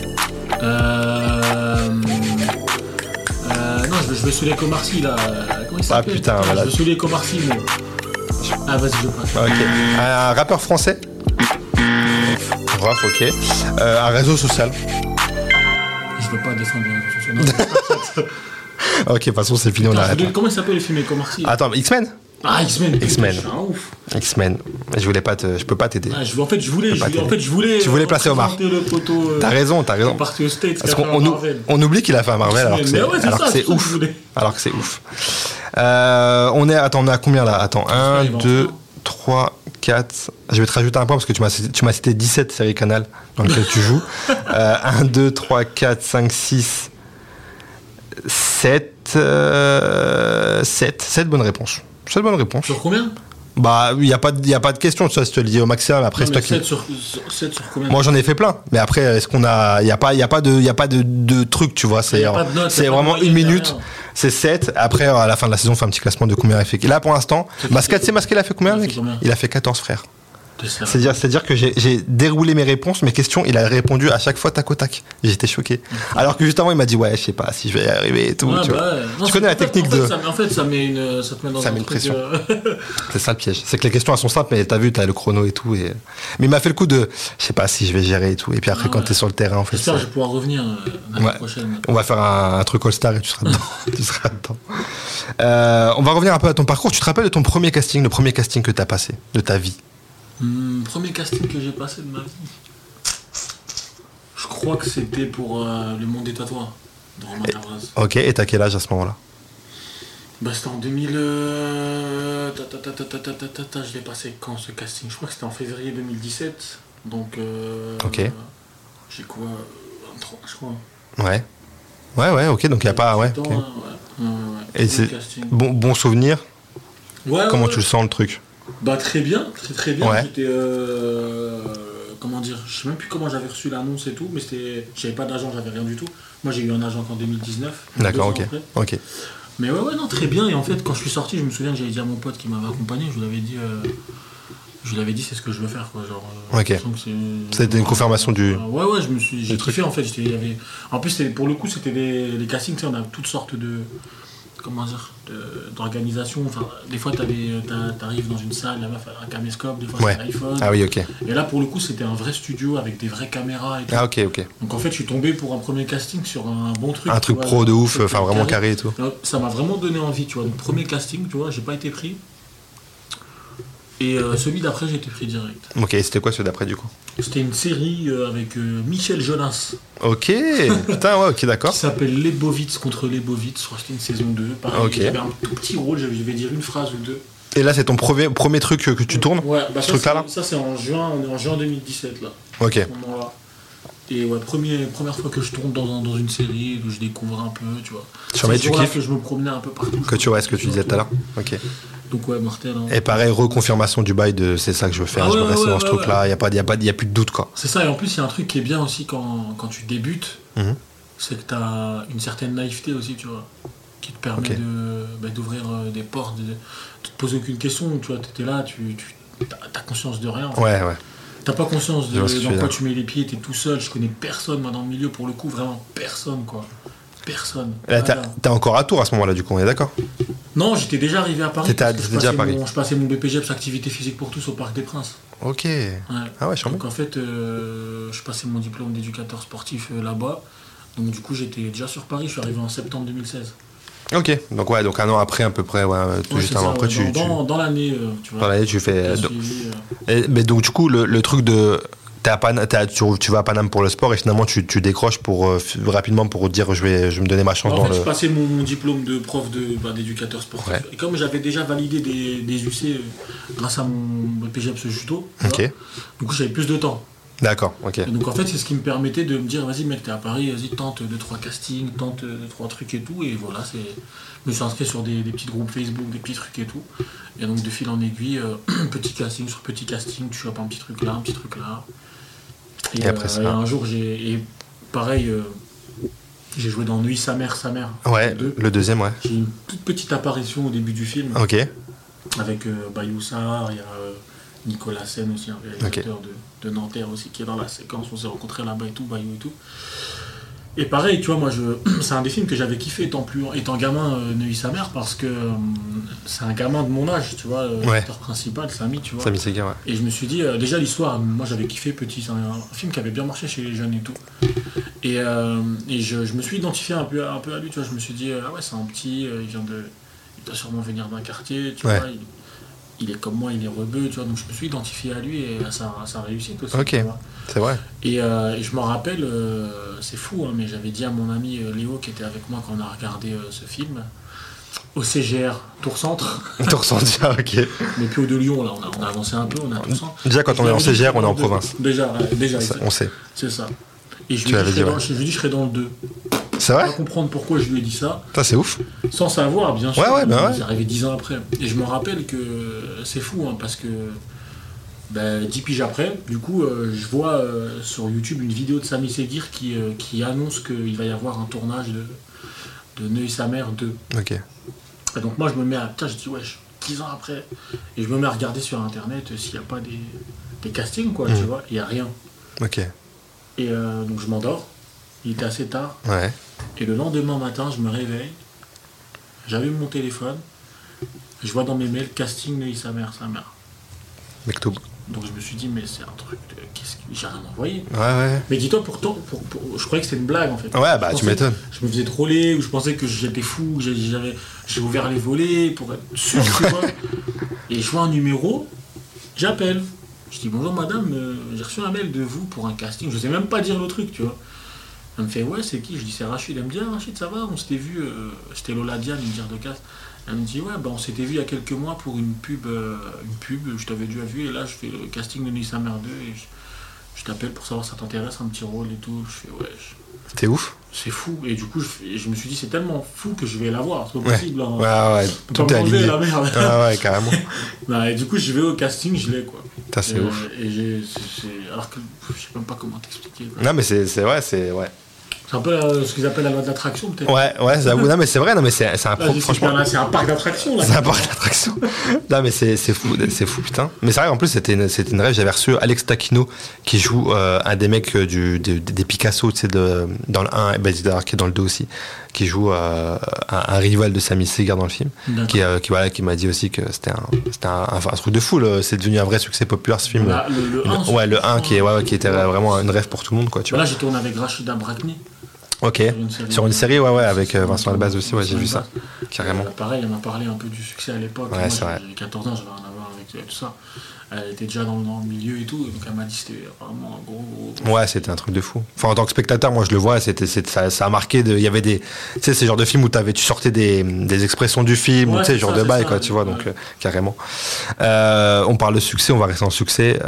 Non, je veux sous les Comarcy là. Comment il s'appelle? Ah putain, voilà. Je veux sous les Comarcy, mais. Vas-y, je passe. Ok. Un rappeur français. Bref, ok. Un réseau social. Je veux pas défendre les réseaux sociaux. Ok, de toute façon, c'est fini, on arrête. Comment il s'appelle les films avec Comarcy? Attends, X-Men. Ah, X-Men. X-Men. Je peux pas t'aider. Je voulais. Tu voulais placer Omar. T'as raison. Parti aux States. Parce qu'on oublie qu'il a fait un Marvel alors que c'est ouf. Alors que c'est ouf. On est à combien là? Attends, 1, 2, 3, 4. Je vais te rajouter un point parce que tu m'as cité 17 séries Canal dans lesquelles tu joues. 1, 2, 3, 4, 5, 6, 7. 7 bonnes réponses. 7 bonnes réponses. Sur combien? Bah, il n'y a pas de question, ça, je te le dis au maximum. Après, non, 7 sur combien? Moi, j'en ai fait plein. Mais après, est-ce qu'on a. Il n'y a pas de truc, tu vois. C'est vraiment 1 minute. C'est 7. Après, à la fin de la saison, on fait un petit classement de combien il a fait. Et là, pour l'instant, Mascade, c'est Mascade, il a fait combien, mec? Il a fait 14, frère. C'est-à-dire que j'ai déroulé mes réponses, mes questions, il a répondu à chaque fois tac au tac. J'étais choqué. Alors que juste avant, il m'a dit ouais, je sais pas si je vais y arriver et tout. Ouais, tu vois. Non, tu connais la technique de. En fait, ça te met dans une pression. C'est ça le piège. C'est que les questions elles sont simples, mais t'as vu, t'as le chrono et tout. Mais il m'a fait le coup de je sais pas si je vais gérer et tout. Et puis après, quand t'es sur le terrain, en fait. J'espère que je vais pouvoir revenir l'année prochaine. On va faire un truc All-Star et tu seras dedans. Tu seras dedans. On va revenir un peu à ton parcours. Tu te rappelles de ton premier casting, le premier casting que t'as passé de ta vie? Premier casting que j'ai passé de ma vie, je crois que c'était pour Le Monde des Tatouages de Romain Gavras. Ok, et t'as quel âge à ce moment-là? C'était en 2000. Je l'ai passé quand ce casting? Je crois que c'était en février 2017. Donc. Ok. J'ai quoi 23, je crois. Ouais, ok, donc il n'y a pas. Ouais. Okay. Et c'est bon souvenir? Ouais. Comment tu le sens le truc? Très bien, très bien. Ouais. J'étais comment dire, je sais même plus comment j'avais reçu l'annonce et tout, mais j'avais pas d'agent, j'avais rien du tout. Moi j'ai eu un agent qu'en 2019. D'accord, ok. Mais ouais, non, très bien. Et en fait, quand je suis sorti, je me souviens que j'avais dit à mon pote qui m'avait accompagné, je lui avais dit c'est ce que je veux faire, quoi. Genre. Ok. C'était une confirmation du. Ouais, j'ai kiffé en fait. En plus, pour le coup, c'était les castings, on a toutes sortes de. Comment dire, d'organisation. Enfin, des fois t'arrives dans une salle, la meuf a un caméscope, des fois c'est un iPhone. Ah oui, ok. Et là pour le coup c'était un vrai studio avec des vraies caméras et tout. Ah ok. Donc en fait je suis tombé pour un premier casting sur un bon truc. Un truc pro de ouf, enfin vraiment carré et tout. Ça m'a vraiment donné envie, tu vois. Donc premier casting, tu vois, j'ai pas été pris. Et celui d'après j'ai été pris direct. Ok, c'était quoi celui d'après du coup? C'était une série avec Michel Jonas. Ok, putain, ouais, ok, d'accord. Qui s'appelle Les Bovitz contre les Bovitz. Je crois que c'était une saison 2. Pareil, okay. J'avais un tout petit rôle, je vais dire une phrase ou deux. Et là, c'est ton premier truc que tu tournes? Ouais, ce truc-là, ça c'est en juin, on est en juin 2017 là. Ok. À ce moment-là. Et ouais, première fois que je tourne dans une série, où je découvre un peu, tu vois. C'est tu kiffes que je me promenais un peu partout. Que tu vois ce que tu disais tout à l'heure. Ok. Donc ouais, mortel. Hein. Et pareil, reconfirmation du bail de c'est ça que je veux faire, je veux rester dans ce truc-là, il n'y a plus de doute, quoi. C'est ça, et en plus, il y a un truc qui est bien aussi quand tu débutes, c'est que tu as une certaine naïveté aussi, tu vois, qui te permet d'ouvrir des portes, de te poser aucune question, tu vois, t'étais là, t'as conscience de rien. Ouais. T'as pas conscience de dans quoi tu mets les pieds, t'es tout seul, je connais personne, moi, dans le milieu, pour le coup, vraiment personne, quoi. Personne. Là, t'es encore à Tours à ce moment-là, du coup, on est d'accord? Non, j'étais déjà arrivé à Paris. T'étais déjà à Paris. Je passais mon BPGEPS activité physique pour tous au Parc des Princes. Ok. Ouais. Ah ouais, je suis Donc en fait, je passais mon diplôme d'éducateur sportif là-bas. Donc du coup, j'étais déjà sur Paris. Je suis arrivé en septembre 2016. Ok. Donc ouais, donc un an après à peu près, tout juste avant. Après, dans l'année, tu vois. Dans l'année, tu fais. Mais donc du coup, le truc de tu vas à Paname pour le sport et finalement tu décroches rapidement pour dire je vais me donner ma chance en fait, je passais mon diplôme de prof d'éducateur sportif. Ouais. Et comme j'avais déjà validé des UC grâce à mon BPGEPS judo, du coup j'avais plus de temps. D'accord, ok. Et donc en fait c'est ce qui me permettait de me dire vas-y mec t'es à Paris, vas-y tente 2-3 castings, tente 2-3 trucs et tout, et voilà, je me suis inscrit sur des petits groupes Facebook, des petits trucs et tout. Et donc de fil en aiguille, petit casting sur petit casting, tu chopes un petit truc là. Et après ça. Un jour, pareil, j'ai joué dans Nuit sa mère. Ouais, le deuxième, ouais. J'ai une toute petite apparition au début du film. Ok. Avec Bayou Sahar, il y a Nicolas Sen aussi, un réalisateur de Nanterre aussi, qui est dans la séquence. On s'est rencontrés là-bas et tout, Bayou et tout. Et pareil, tu vois, moi, c'est un des films que j'avais kiffé étant gamin, Neuilly sa mère, parce que c'est un gamin de mon âge, tu vois, l'acteur principal, Samy, tu vois. Samy Segar, ouais. Et je me suis dit, déjà l'histoire, moi j'avais kiffé petit, c'est un film qui avait bien marché chez les jeunes et tout. Et je me suis identifié un peu à lui, tu vois, je me suis dit, ah ouais, c'est un petit, il doit sûrement venir d'un quartier, tu vois, il est comme moi, il est rebeu, tu vois, donc je me suis identifié à lui et à sa réussite aussi. Ok, c'est vrai. Et je m'en rappelle, c'est fou, hein, mais j'avais dit à mon ami Léo qui était avec moi quand on a regardé ce film, au CGR, Tours Centre. Tours Centre, ok. Mais plus haut de Lyon, là, on a avancé un peu, on a Tours Centre. Déjà, quand on est en CGR, on est en province. Déjà, ça, on sait. C'est ça. Et je lui ai dit, je serais dans le 2. C'est vrai? Je peux pas comprendre pourquoi je lui ai dit ça. Ça, c'est ouf. Sans savoir, bien sûr. Ouais. C'est arrivé 10 ans après. Et je me rappelle que c'est fou, hein, parce que 10 piges après, du coup, je vois sur YouTube une vidéo de Samy Segar qui annonce qu'il va y avoir un tournage de Neuilly sa mère 2. Ok. Et donc moi, je me mets à... Putain, je dis, wesh, 10 ans après. Et je me mets à regarder sur Internet s'il n'y a pas des castings, quoi, tu vois, il n'y a rien. Ok. Et donc je m'endors, il était assez tard. Ouais. Et le lendemain matin, je me réveille, j'allume mon téléphone, je vois dans mes mails casting de sa mère. Mektoub. Donc je me suis dit, mais c'est un truc, qu'est-ce que j'ai rien envoyé. Ouais. Mais dis-toi, pourtant, je croyais que c'était une blague en fait. Ouais, bah tu m'étonnes. Je me faisais troller, ou je pensais que j'étais fou, j'ai ouvert les volets pour être sûr, tu vois. Et je vois un numéro, j'appelle. Je dis, bonjour madame, j'ai reçu un mail de vous pour un casting, je sais même pas dire le truc, tu vois. Elle me fait, ouais, c'est qui? Je dis, c'est Rachid. Elle me dit, ah, Rachid, ça va, on s'était vu, c'était Lola Diane, une dire de cast. Elle me dit, ouais, bah, on s'était vu il y a quelques mois pour une pub, je t'avais déjà vu, et là, je fais le casting de Nissa Mère 2, et je t'appelle pour savoir si ça t'intéresse, un petit rôle et tout. Je fais, ouais. T'es ouf. C'est fou, et du coup, je me suis dit, c'est tellement fou que je vais la voir, c'est pas possible. Ouais, tout est aligné. La merde. Ouais, carrément. Bah, et du coup, je vais au casting, je l'ai, quoi. C'est ouf. Alors que je sais même pas comment t'expliquer. Quoi. Non, mais c'est ouais. C'est un peu ce qu'ils appellent la loi de l'attraction, peut-être. Ouais, j'avoue. Non, mais c'est vrai, non, mais c'est un franchement. Là, c'est un parc d'attractions, là. C'est un parc d'attractions. Non, mais c'est fou, putain. Mais c'est vrai, en plus, c'était une rêve. J'avais reçu Alex Taquino, qui joue un des mecs des Picasso, tu sais, dans le 1, qui est dans le 2 aussi, qui joue un rival de Sammy Segar dans le film, qui m'a dit aussi que c'était un truc de fou. C'est devenu un vrai succès populaire, ce film. Le 1 qui était vraiment une rêve pour tout le monde, quoi. Tu vois. Là, j'ai tourné avec Rachida Brakni. Ok, sur une série, avec Vincent Elbaz aussi, j'ai vu ça, carrément. Pareil, elle m'a parlé un peu du succès à l'époque. Ouais, c'est vrai. J'avais 14 ans, j'avais rien à voir avec tout ça. Elle était déjà dans le milieu et tout, donc elle m'a dit que c'était vraiment un gros... Ouais, c'était un truc de fou. Enfin, en tant que spectateur, moi je le vois, ça a marqué, il y avait des... Tu sais, ces genres de films où tu sortais des expressions du film, ou tu sais, genre de bail, quoi, tu vois, donc carrément. On parle de succès, on va rester en succès.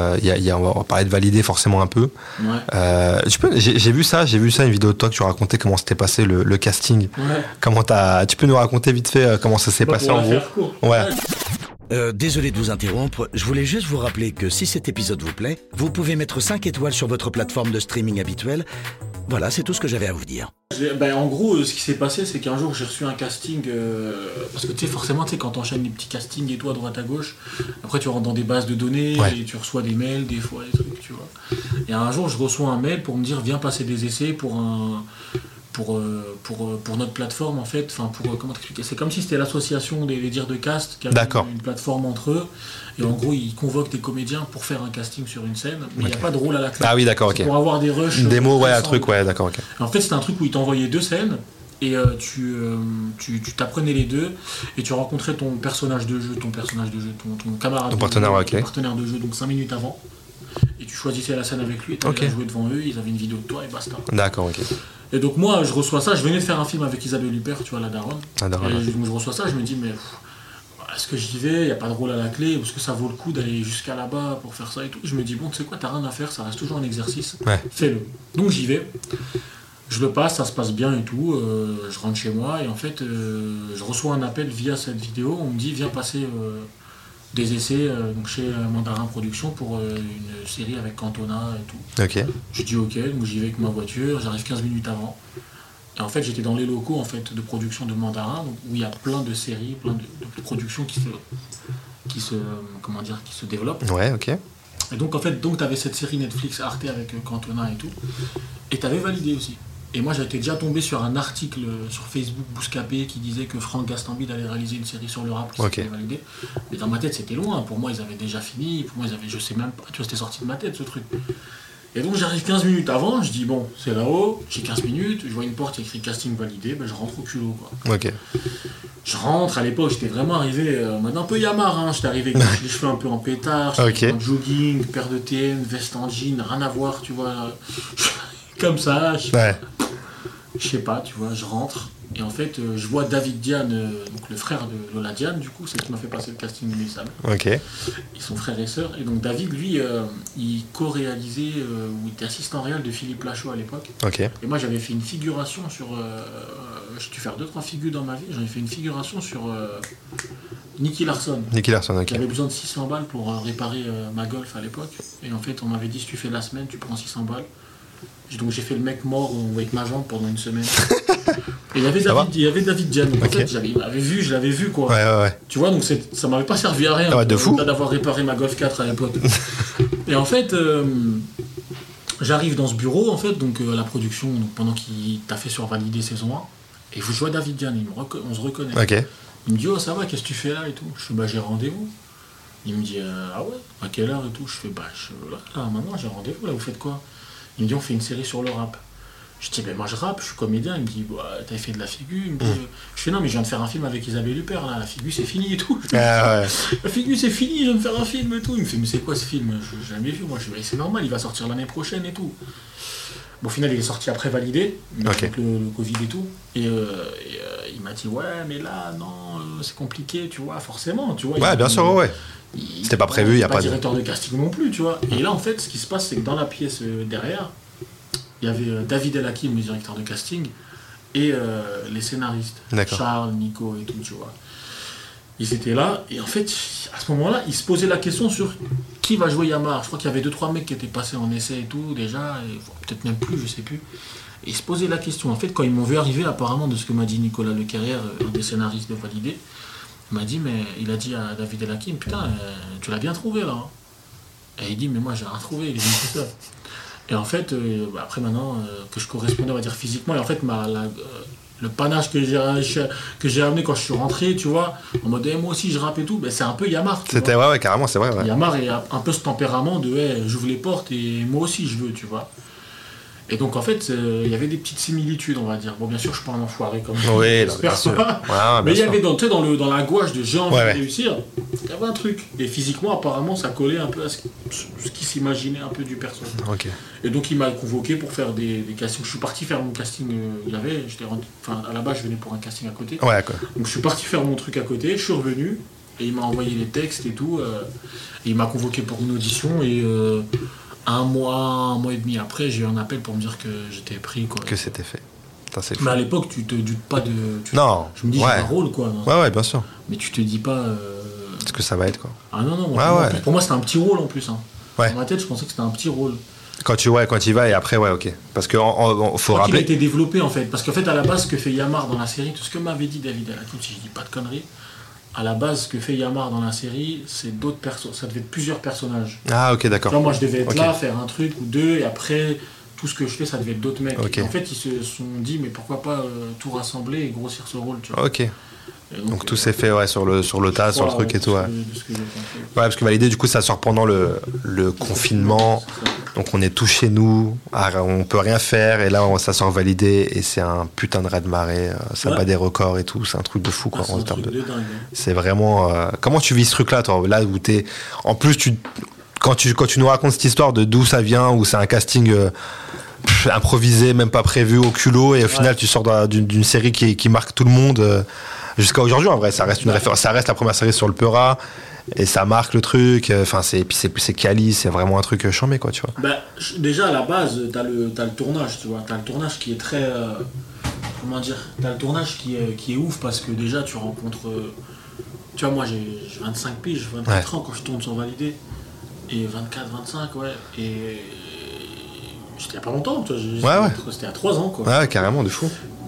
On va parler de valider forcément un peu. Ouais. J'ai vu ça, une vidéo de toi que tu racontais comment s'était passé le casting. Ouais. Tu peux nous raconter vite fait comment ça s'est passé en gros? Ouais. Désolé de vous interrompre, je voulais juste vous rappeler que si cet épisode vous plaît, vous pouvez mettre 5 étoiles sur votre plateforme de streaming habituelle. Voilà, c'est tout ce que j'avais à vous dire. En gros, ce qui s'est passé, c'est qu'un jour j'ai reçu un casting, parce que tu sais, forcément, quand t'enchaînes des petits castings et tout à droite à gauche, après tu rentres dans des bases de données, et tu reçois des mails, des fois, des trucs, tu vois. Et un jour, je reçois un mail pour me dire, viens passer des essais pour notre plateforme, en fait, comment t'expliquer, c'est comme si c'était l'association des dires de cast qui avait une plateforme entre eux, et en gros ils convoquent des comédiens pour faire un casting sur une scène, mais il n'y a pas de rôle à la clé. Ah oui, d'accord, ok. Pour avoir des rushs, des mots, un truc, d'accord, ok. En fait, c'est un truc où ils t'envoyaient 2 scènes, et tu t'apprenais les 2, et tu rencontrais ton personnage de jeu, ton camarade, ton partenaire, ton partenaire de jeu, donc 5 minutes avant, et tu choisissais la scène avec lui, et tu allais jouer devant eux, ils avaient une vidéo de toi, et basta. D'accord, ok. Et donc moi, je reçois ça, je venais de faire un film avec Isabelle Huppert, tu vois, la daronne. Je reçois ça, je me dis, mais est-ce que j'y vais, il n'y a pas de rôle à la clé, est-ce que ça vaut le coup d'aller jusqu'à là-bas pour faire ça et tout. Je me dis, bon, tu sais quoi, t'as rien à faire, ça reste toujours un exercice, fais-le. Donc j'y vais, je le passe, ça se passe bien et tout, je rentre chez moi, et en fait, je reçois un appel via cette vidéo, on me dit, viens passer des essais donc chez Mandarin Productions pour une série avec Cantona et tout. Ok. Je dis ok, donc j'y vais avec ma voiture, j'arrive 15 minutes avant. Et en fait, j'étais dans les locaux en fait, de production de Mandarin, donc, où il y a plein de séries, plein de productions qui se développent. Ouais, ok. Et donc en fait, tu avais cette série Netflix Arte avec Cantona et tout. Et tu avais validé aussi. Et moi, j'étais déjà tombé sur un article sur Facebook Bouscapé qui disait que Franck Gastambide allait réaliser une série sur le rap qui s'était validée. Mais dans ma tête, c'était loin. Pour moi, ils avaient déjà fini. Pour moi, je sais même pas. Tu vois, c'était sorti de ma tête, ce truc. Et donc, j'arrive 15 minutes avant. Je dis, bon, c'est là-haut. J'ai 15 minutes. Je vois une porte, il y a écrit casting validé. Ben, je rentre au culot, quoi. Ok. Je rentre. À l'époque, j'étais vraiment arrivé en mode un peu Yamar. Hein. J'étais arrivé avec les cheveux un peu en pétard. J'étais en jogging, paire de TN, veste en jean, rien à voir, tu vois. Comme ça. Je sais pas, tu vois, je rentre, et en fait, je vois David Diane, donc le frère de Lola Diane, du coup, c'est qui m'a fait passer le casting de Nissa. Ok. Ils sont frères et sœurs, et donc David, lui, il co-réalisait, ou il était assistant réel de Philippe Lachaud à l'époque. Ok. Et moi, j'avais fait une figuration sur... j'ai dû faire 2-3 figures dans ma vie, j'avais fait une figuration sur Nicky Larson. Ok. J'avais besoin de 600 balles pour réparer ma Golf à l'époque, et en fait, on m'avait dit, si tu fais la semaine, tu prends 600 balles. Donc j'ai fait le mec mort avec ma jambe pendant une semaine. Et il y avait David Diane. Donc en fait, je l'avais vu quoi. Ouais. Tu vois, donc ça m'avait pas servi à rien. De fou. D'avoir réparé ma Golf 4 à l'époque. Et en fait, j'arrive dans ce bureau, en fait, donc la production, donc, pendant qu'il t'a fait sur Validé saison 1, et je vois David Diane, on se reconnaît. Okay. Il me dit, oh ça va, qu'est-ce que tu fais là et tout. Je fais, j'ai rendez-vous. Il me dit, ah ouais, à quelle heure et tout. Je fais, là, maintenant j'ai rendez-vous, là, vous faites quoi? Il me dit, on fait une série sur le rap. Je dis, moi je rappe, je suis comédien. Il me dit, t'avais fait de la figure. Il me dit, je fais, non, mais je viens de faire un film avec Isabelle Huppert, là, la figure c'est fini et tout. La figure c'est fini, je viens de faire un film et tout. Il me fait, mais c'est quoi ce film? Je l'ai jamais vu, moi. Je dis, c'est normal, il va sortir l'année prochaine et tout. Bon, au final, il est sorti après Validé, avec le Covid et tout. Et il m'a dit, ouais, mais là, non, c'est compliqué, tu vois, forcément, tu vois. Ouais, bien sûr, ouais. C'était pas prévu, il n'y a pas de directeur de casting non plus, tu vois. Et là, en fait, ce qui se passe, c'est que dans la pièce derrière, il y avait David El Hakim, le directeur de casting, et les scénaristes, Charles, Nico et tout, tu vois. Ils étaient là, et en fait, à ce moment-là, ils se posaient la question sur qui va jouer Yamar. Je crois qu'il y avait 2-3 mecs qui étaient passés en essai et tout, déjà, et peut-être même plus, je sais plus. Et ils se posaient la question. En fait, quand ils m'ont vu arriver, apparemment, de ce que m'a dit Nicolas Lecarrière, un des scénaristes de Validé, il m'a dit, mais il a dit à David El Hakim, putain, tu l'as bien trouvé là. Et il dit, mais moi j'ai rien trouvé, il est venu tout seul. Et en fait, après maintenant, que je correspondais, on va dire, physiquement, et en fait, le panache que j'ai amené quand je suis rentré, tu vois, en mode, moi aussi je rappe et tout, c'est un peu Yamar. C'était, ouais, carrément, c'est vrai. Ouais. Yamar est un peu ce tempérament de, j'ouvre les portes et moi aussi je veux, tu vois. Et donc en fait, il y avait des petites similitudes, on va dire. Bon, bien sûr, je suis pas un enfoiré comme ça. Oui, bien sûr. Mais il y avait dans la gouache de j'ai envie de réussir, il y avait un truc. Et physiquement, apparemment, ça collait un peu à ce qu'il s'imaginait un peu du personnage. Okay. Et donc il m'a convoqué pour faire des castings. Je suis parti faire mon casting. À la base, je venais pour un casting à côté. Ouais, quoi. Donc je suis parti faire mon truc à côté, je suis revenu. Et il m'a envoyé les textes et tout. Et il m'a convoqué pour une audition. Et un mois et demi après, j'ai eu un appel pour me dire que j'étais pris. Quoi. Que c'était fait. Mais à l'époque, tu te doutes pas de... Non. Je me dis, j'ai un rôle, quoi. Non. Ouais, bien sûr. Mais tu te dis pas... Ce que ça va être, quoi. Ah non. Pour moi, c'était un petit rôle, en plus. Hein. Ouais. Dans ma tête, je pensais que c'était un petit rôle. Quand tu y vas et après, ouais, ok. Parce que faut rappeler... Il a été développé, en fait. Parce qu'en fait, à la base, ce que fait Yamar dans la série, tout ce que m'avait dit David El Hakim, si je dis pas de conneries, à la base, ce que fait Yamar dans la série, c'est d'autres personnes. Ça devait être plusieurs personnages. Ah, ok, d'accord. Genre, moi, je devais être là, faire un truc ou deux, et après, tout ce que je fais, ça devait être d'autres mecs. Okay. En fait, ils se sont dit, mais pourquoi pas tout rassembler et grossir ce rôle, tu vois. Ok. Donc tout s'est fait sur le tas, sur le truc et tout. Ouais. Parce que Validé, du coup, ça sort pendant le confinement. Donc on est tous chez nous, on peut rien faire. Et là, ça sort Validé et c'est un putain de raz-de-marée. Ça bat des records et tout. C'est un truc de fou, quoi. En termes de... C'est vraiment... Comment tu vis ce truc-là, toi? Là où t'es... En plus, quand tu nous racontes cette histoire de d'où ça vient, où c'est un casting... improvisé, même pas prévu, au culot. Et au final, tu sors d'une série qui marque tout le monde... Jusqu'à aujourd'hui, en vrai, ça reste une référence. Ça reste la première série sur le Peura et ça marque le truc. Enfin, c'est Cali, c'est vraiment un truc chambé, quoi, tu vois. Déjà à la base, t'as le tournage, tu vois. T'as le tournage qui est très, comment dire. T'as le tournage qui est ouf parce que déjà tu rencontres. Tu vois, moi j'ai 25 piges, 24 ans quand je tourne sur Validé et 24, 25, ouais. Et c'était il y a pas longtemps, tu vois. C'était à 3 ans, quoi. Ouais, carrément, de fou.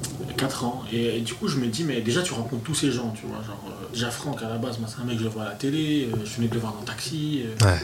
4 ans. Et du coup, je me dis, mais déjà, tu rencontres tous ces gens, tu vois. Genre, déjà, Franck, à la base, moi, c'est un mec que je le vois à la télé, je venais de le voir dans le taxi.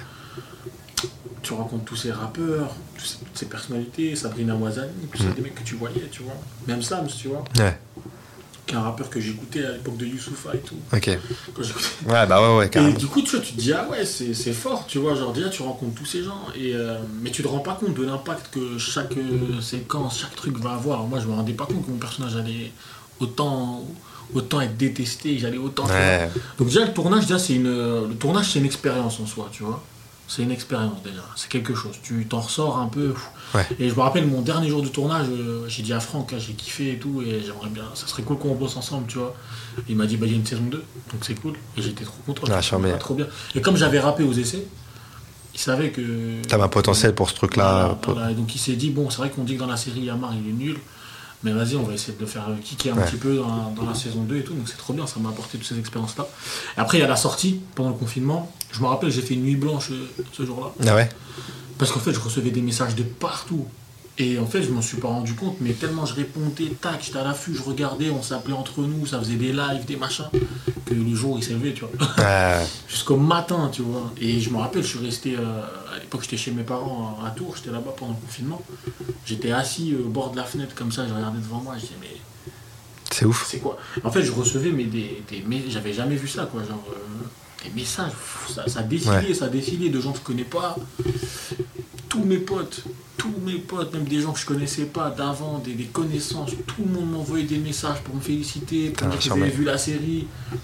Tu rencontres tous ces rappeurs, toutes ces personnalités, Sabrina Ouazani, tous des mecs que tu voyais, tu vois. Même Slams, tu vois. Qui est un rappeur que j'écoutais à l'époque de Youssoupha et tout. Ok. Quand j'écoutais. Carrément. Et du coup, tu vois, tu te dis, ah ouais, c'est fort, tu vois. Genre, déjà, tu rencontres tous ces gens, mais tu te rends pas compte de l'impact que chaque séquence, chaque truc va avoir. Moi, je me rendais pas compte que mon personnage allait autant être détesté, j'allais autant faire. Donc, déjà, le tournage, c'est une expérience en soi, tu vois. C'est une expérience déjà, c'est quelque chose. Tu t'en ressors un peu. Et je me rappelle mon dernier jour de tournage, j'ai dit à Franck, j'ai kiffé et tout, et j'aimerais bien, ça serait cool qu'on bosse ensemble, tu vois. Et il m'a dit, il y a une saison 2, donc c'est cool. Et j'étais trop content. Trop bien. Et comme j'avais rappé aux essais, il savait que. T'avais un potentiel pour ce truc-là. Voilà, et donc il s'est dit, bon, c'est vrai qu'on dit que dans la série Yamar il est nul, mais vas-y, on va essayer de le faire kicker un petit peu dans la saison 2 et tout, donc c'est trop bien, ça m'a apporté toutes ces expériences-là. Et après, il y a la sortie pendant le confinement. Je me rappelle, j'ai fait une nuit blanche ce jour-là. Ah ouais. Parce qu'en fait, je recevais des messages de partout. Et en fait, je m'en suis pas rendu compte, mais tellement je répondais, tac, j'étais à l'affût, je regardais, on s'appelait entre nous, ça faisait des lives, des machins, que le jour il s'est levé, tu vois. Jusqu'au matin, tu vois. Et je me rappelle, je suis resté, à l'époque, j'étais chez mes parents à Tours, j'étais là-bas pendant le confinement. J'étais assis au bord de la fenêtre comme ça, je regardais devant moi, je disais, mais. C'est ouf. C'est quoi? En fait, je recevais j'avais jamais vu ça, quoi, genre. Des messages, ça défilait de gens que je connais pas. Tous mes potes, même des gens que je connaissais pas d'avant, des connaissances, tout le monde m'envoyait des messages pour me féliciter, pour me dire qu'ils avaient vu la série.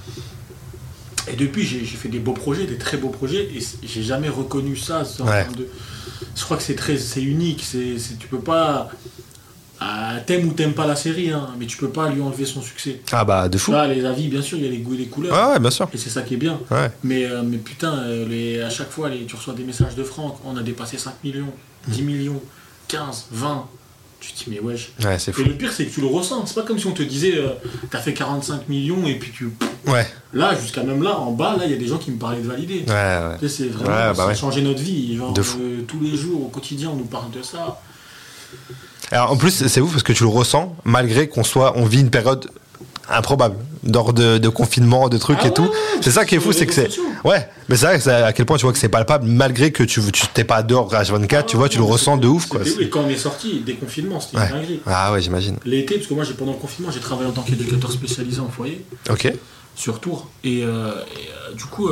Et depuis, j'ai fait des beaux projets, des très beaux projets, et j'ai jamais reconnu ça. Je crois que c'est unique, tu peux pas. T'aimes ou t'aimes pas la série, hein, mais tu peux pas lui enlever son succès. Ah bah de fou. Là, les avis, bien sûr, il y a les goûts et les couleurs. Ah ouais, bien sûr. Et c'est ça qui est bien. Ouais. Mais putain, à chaque fois, tu reçois des messages de Franck, on a dépassé 5 millions, 10 millions, 15, 20. Tu te dis, mais wesh. Ouais, c'est fou. Et le pire, c'est que tu le ressens. C'est pas comme si on te disait, t'as fait 45 millions et puis tu. Ouais. Là, jusqu'à même là, en bas, il y a des gens qui me parlaient de valider. Ouais. Tu sais, c'est vraiment changer notre vie. Genre, tous les jours, au quotidien, on nous parle de ça. Alors en plus c'est ouf parce que tu le ressens malgré on vit une période improbable d'ordre de confinement, de trucs et tout. C'est ça qui est fou, c'est que c'est mais c'est vrai à quel point tu vois que c'est palpable malgré que tu t'es pas dehors H24, tu vois, tu le ressens de ouf quoi. Et quand on est sorti des confinements, c'était une dinguerie. Ah ouais, j'imagine. L'été, parce que moi pendant le confinement, j'ai travaillé en tant qu'éducateur spécialisé en foyer. OK. Sur Tours. Et du coup,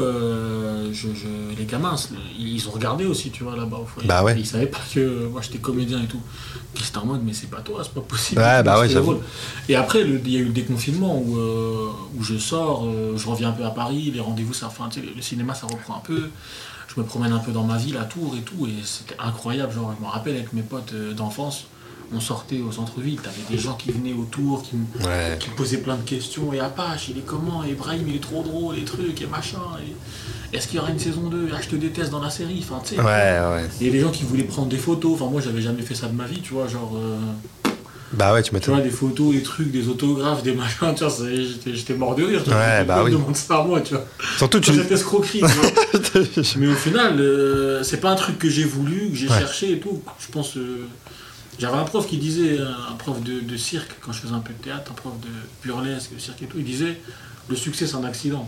les gamins, ils ont regardé aussi, tu vois, là-bas au foyer. Bah ouais. Ils savaient pas que moi j'étais comédien et tout. Et c'était en mode, mais c'est pas toi, c'est pas possible. Ouais, bah ouais, j'avoue. Et après, il y a eu le déconfinement où je sors, je reviens un peu à Paris, les rendez-vous, le cinéma, ça reprend un peu. Je me promène un peu dans ma ville, à Tours et tout. Et c'était incroyable. Genre, je me rappelle avec mes potes d'enfance. On sortait au centre-ville, t'avais des gens qui venaient autour, qui me posaient plein de questions. Et Apache, il est comment? Et Brahim, il est trop drôle, les trucs, et machin. Et est-ce qu'il y aura une saison 2? Ah, je te déteste dans la série. Enfin, tu sais. Et les gens qui voulaient prendre des photos. Enfin, moi, j'avais jamais fait ça de ma vie, tu vois. Genre. Bah ouais, tu m'étonnes. Tu vois, des photos, des trucs, des autographes, des machins, tu vois. J'étais mort de rire. Ouais, bah oui. Demande ça à moi, tu vois. Surtout, cette escroquerie, tu vois. Mais au final, c'est pas un truc que j'ai voulu, que j'ai cherché et tout. Je pense. J'avais un prof qui disait, un prof de cirque, quand je faisais un peu de théâtre, un prof de burlesque, de cirque et tout, il disait le succès c'est un accident.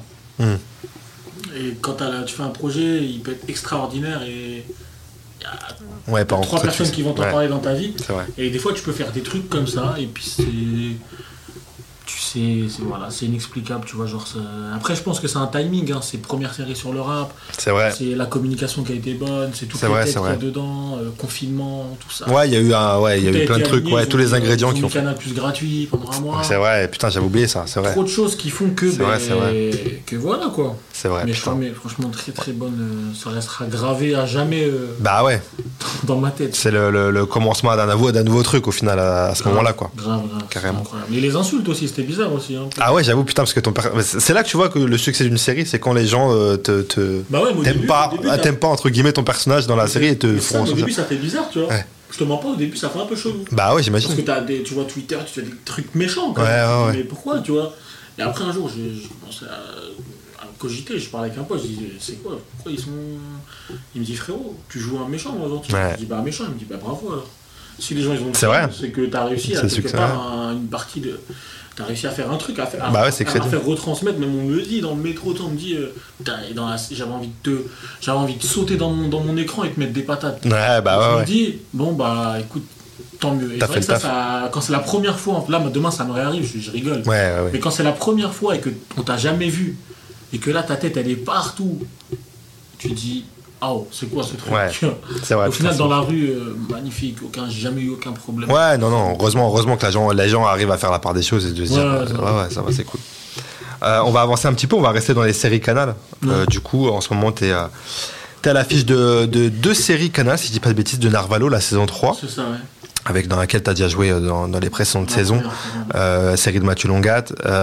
Et quand tu fais un projet, il peut être extraordinaire et il y a 3 personnes qui vont t'en parler dans ta vie. Et des fois tu peux faire des trucs comme ça et puis c'est inexplicable, tu vois, genre après je pense que c'est un timing, hein, c'est première série sur le rap, c'est vrai, c'est la communication qui a été bonne, c'est tout le texte qu'il y a dedans, confinement, tout ça. Ouais, il y a eu plein de trucs, tous les ingrédients qui ont fait. Canal Plus gratuit pendant un mois. C'est vrai, putain, j'avais oublié ça, c'est vrai. Trop de choses qui font que que voilà quoi. C'est vrai. Mais franchement très très bonne, ça restera gravé à jamais. Bah ouais. Dans ma tête. C'est le commencement d'un nouveau truc au final à ce moment-là quoi. Grave. Carrément. Et les insultes aussi, c'était bizarre aussi. Hein. Ah ouais, j'avoue, putain, parce que c'est là que tu vois que le succès d'une série, c'est quand les gens t'aiment pas entre guillemets ton personnage dans la série et te font. Au début, ça fait bizarre, tu vois. Ouais. Je te mens pas, au début, ça fait un peu chelou. Bah ouais, j'imagine. Parce que tu vois Twitter, tu fais des trucs méchants. Quand même. Mais pourquoi, tu vois? Et après, un jour, je commençais à cogiter. Je parlais avec un pote, je disais, c'est quoi? Pourquoi ils sont. Il me dit, frérot, tu joues un méchant aujourd'hui. Je dis, bah méchant. Il me dit, bah bravo alors. Si les gens ils ont c'est que t'as réussi à quelque part une partie de. T'as réussi à faire un truc, à faire retransmettre, même on me le dit dans le métro, on me dit j'avais envie de sauter dans mon écran et te mettre des patates. Ouais, bah je me dis, bon bah écoute, tant mieux. Et c'est vrai que ça, quand c'est la première fois, là demain ça me réarrive, je rigole. Mais quand c'est la première fois et qu'on t'a jamais vu, et que là ta tête elle est partout, tu dis, oh, c'est quoi ce truc? C'est vrai. Au final, dans la rue, magnifique, j'ai jamais eu aucun problème. Ouais, non, heureusement que les gens arrivent à faire la part des choses et de se dire, ça va, c'est cool. On va avancer un petit peu, on va rester dans les séries Canal. Du coup, en ce moment, t'es à l'affiche de 2 séries Canal, si je dis pas de bêtises, de Narvalo, la saison 3. C'est ça, ouais. Dans laquelle tu as déjà joué dans les précédentes saisons, série de Mathieu Longat,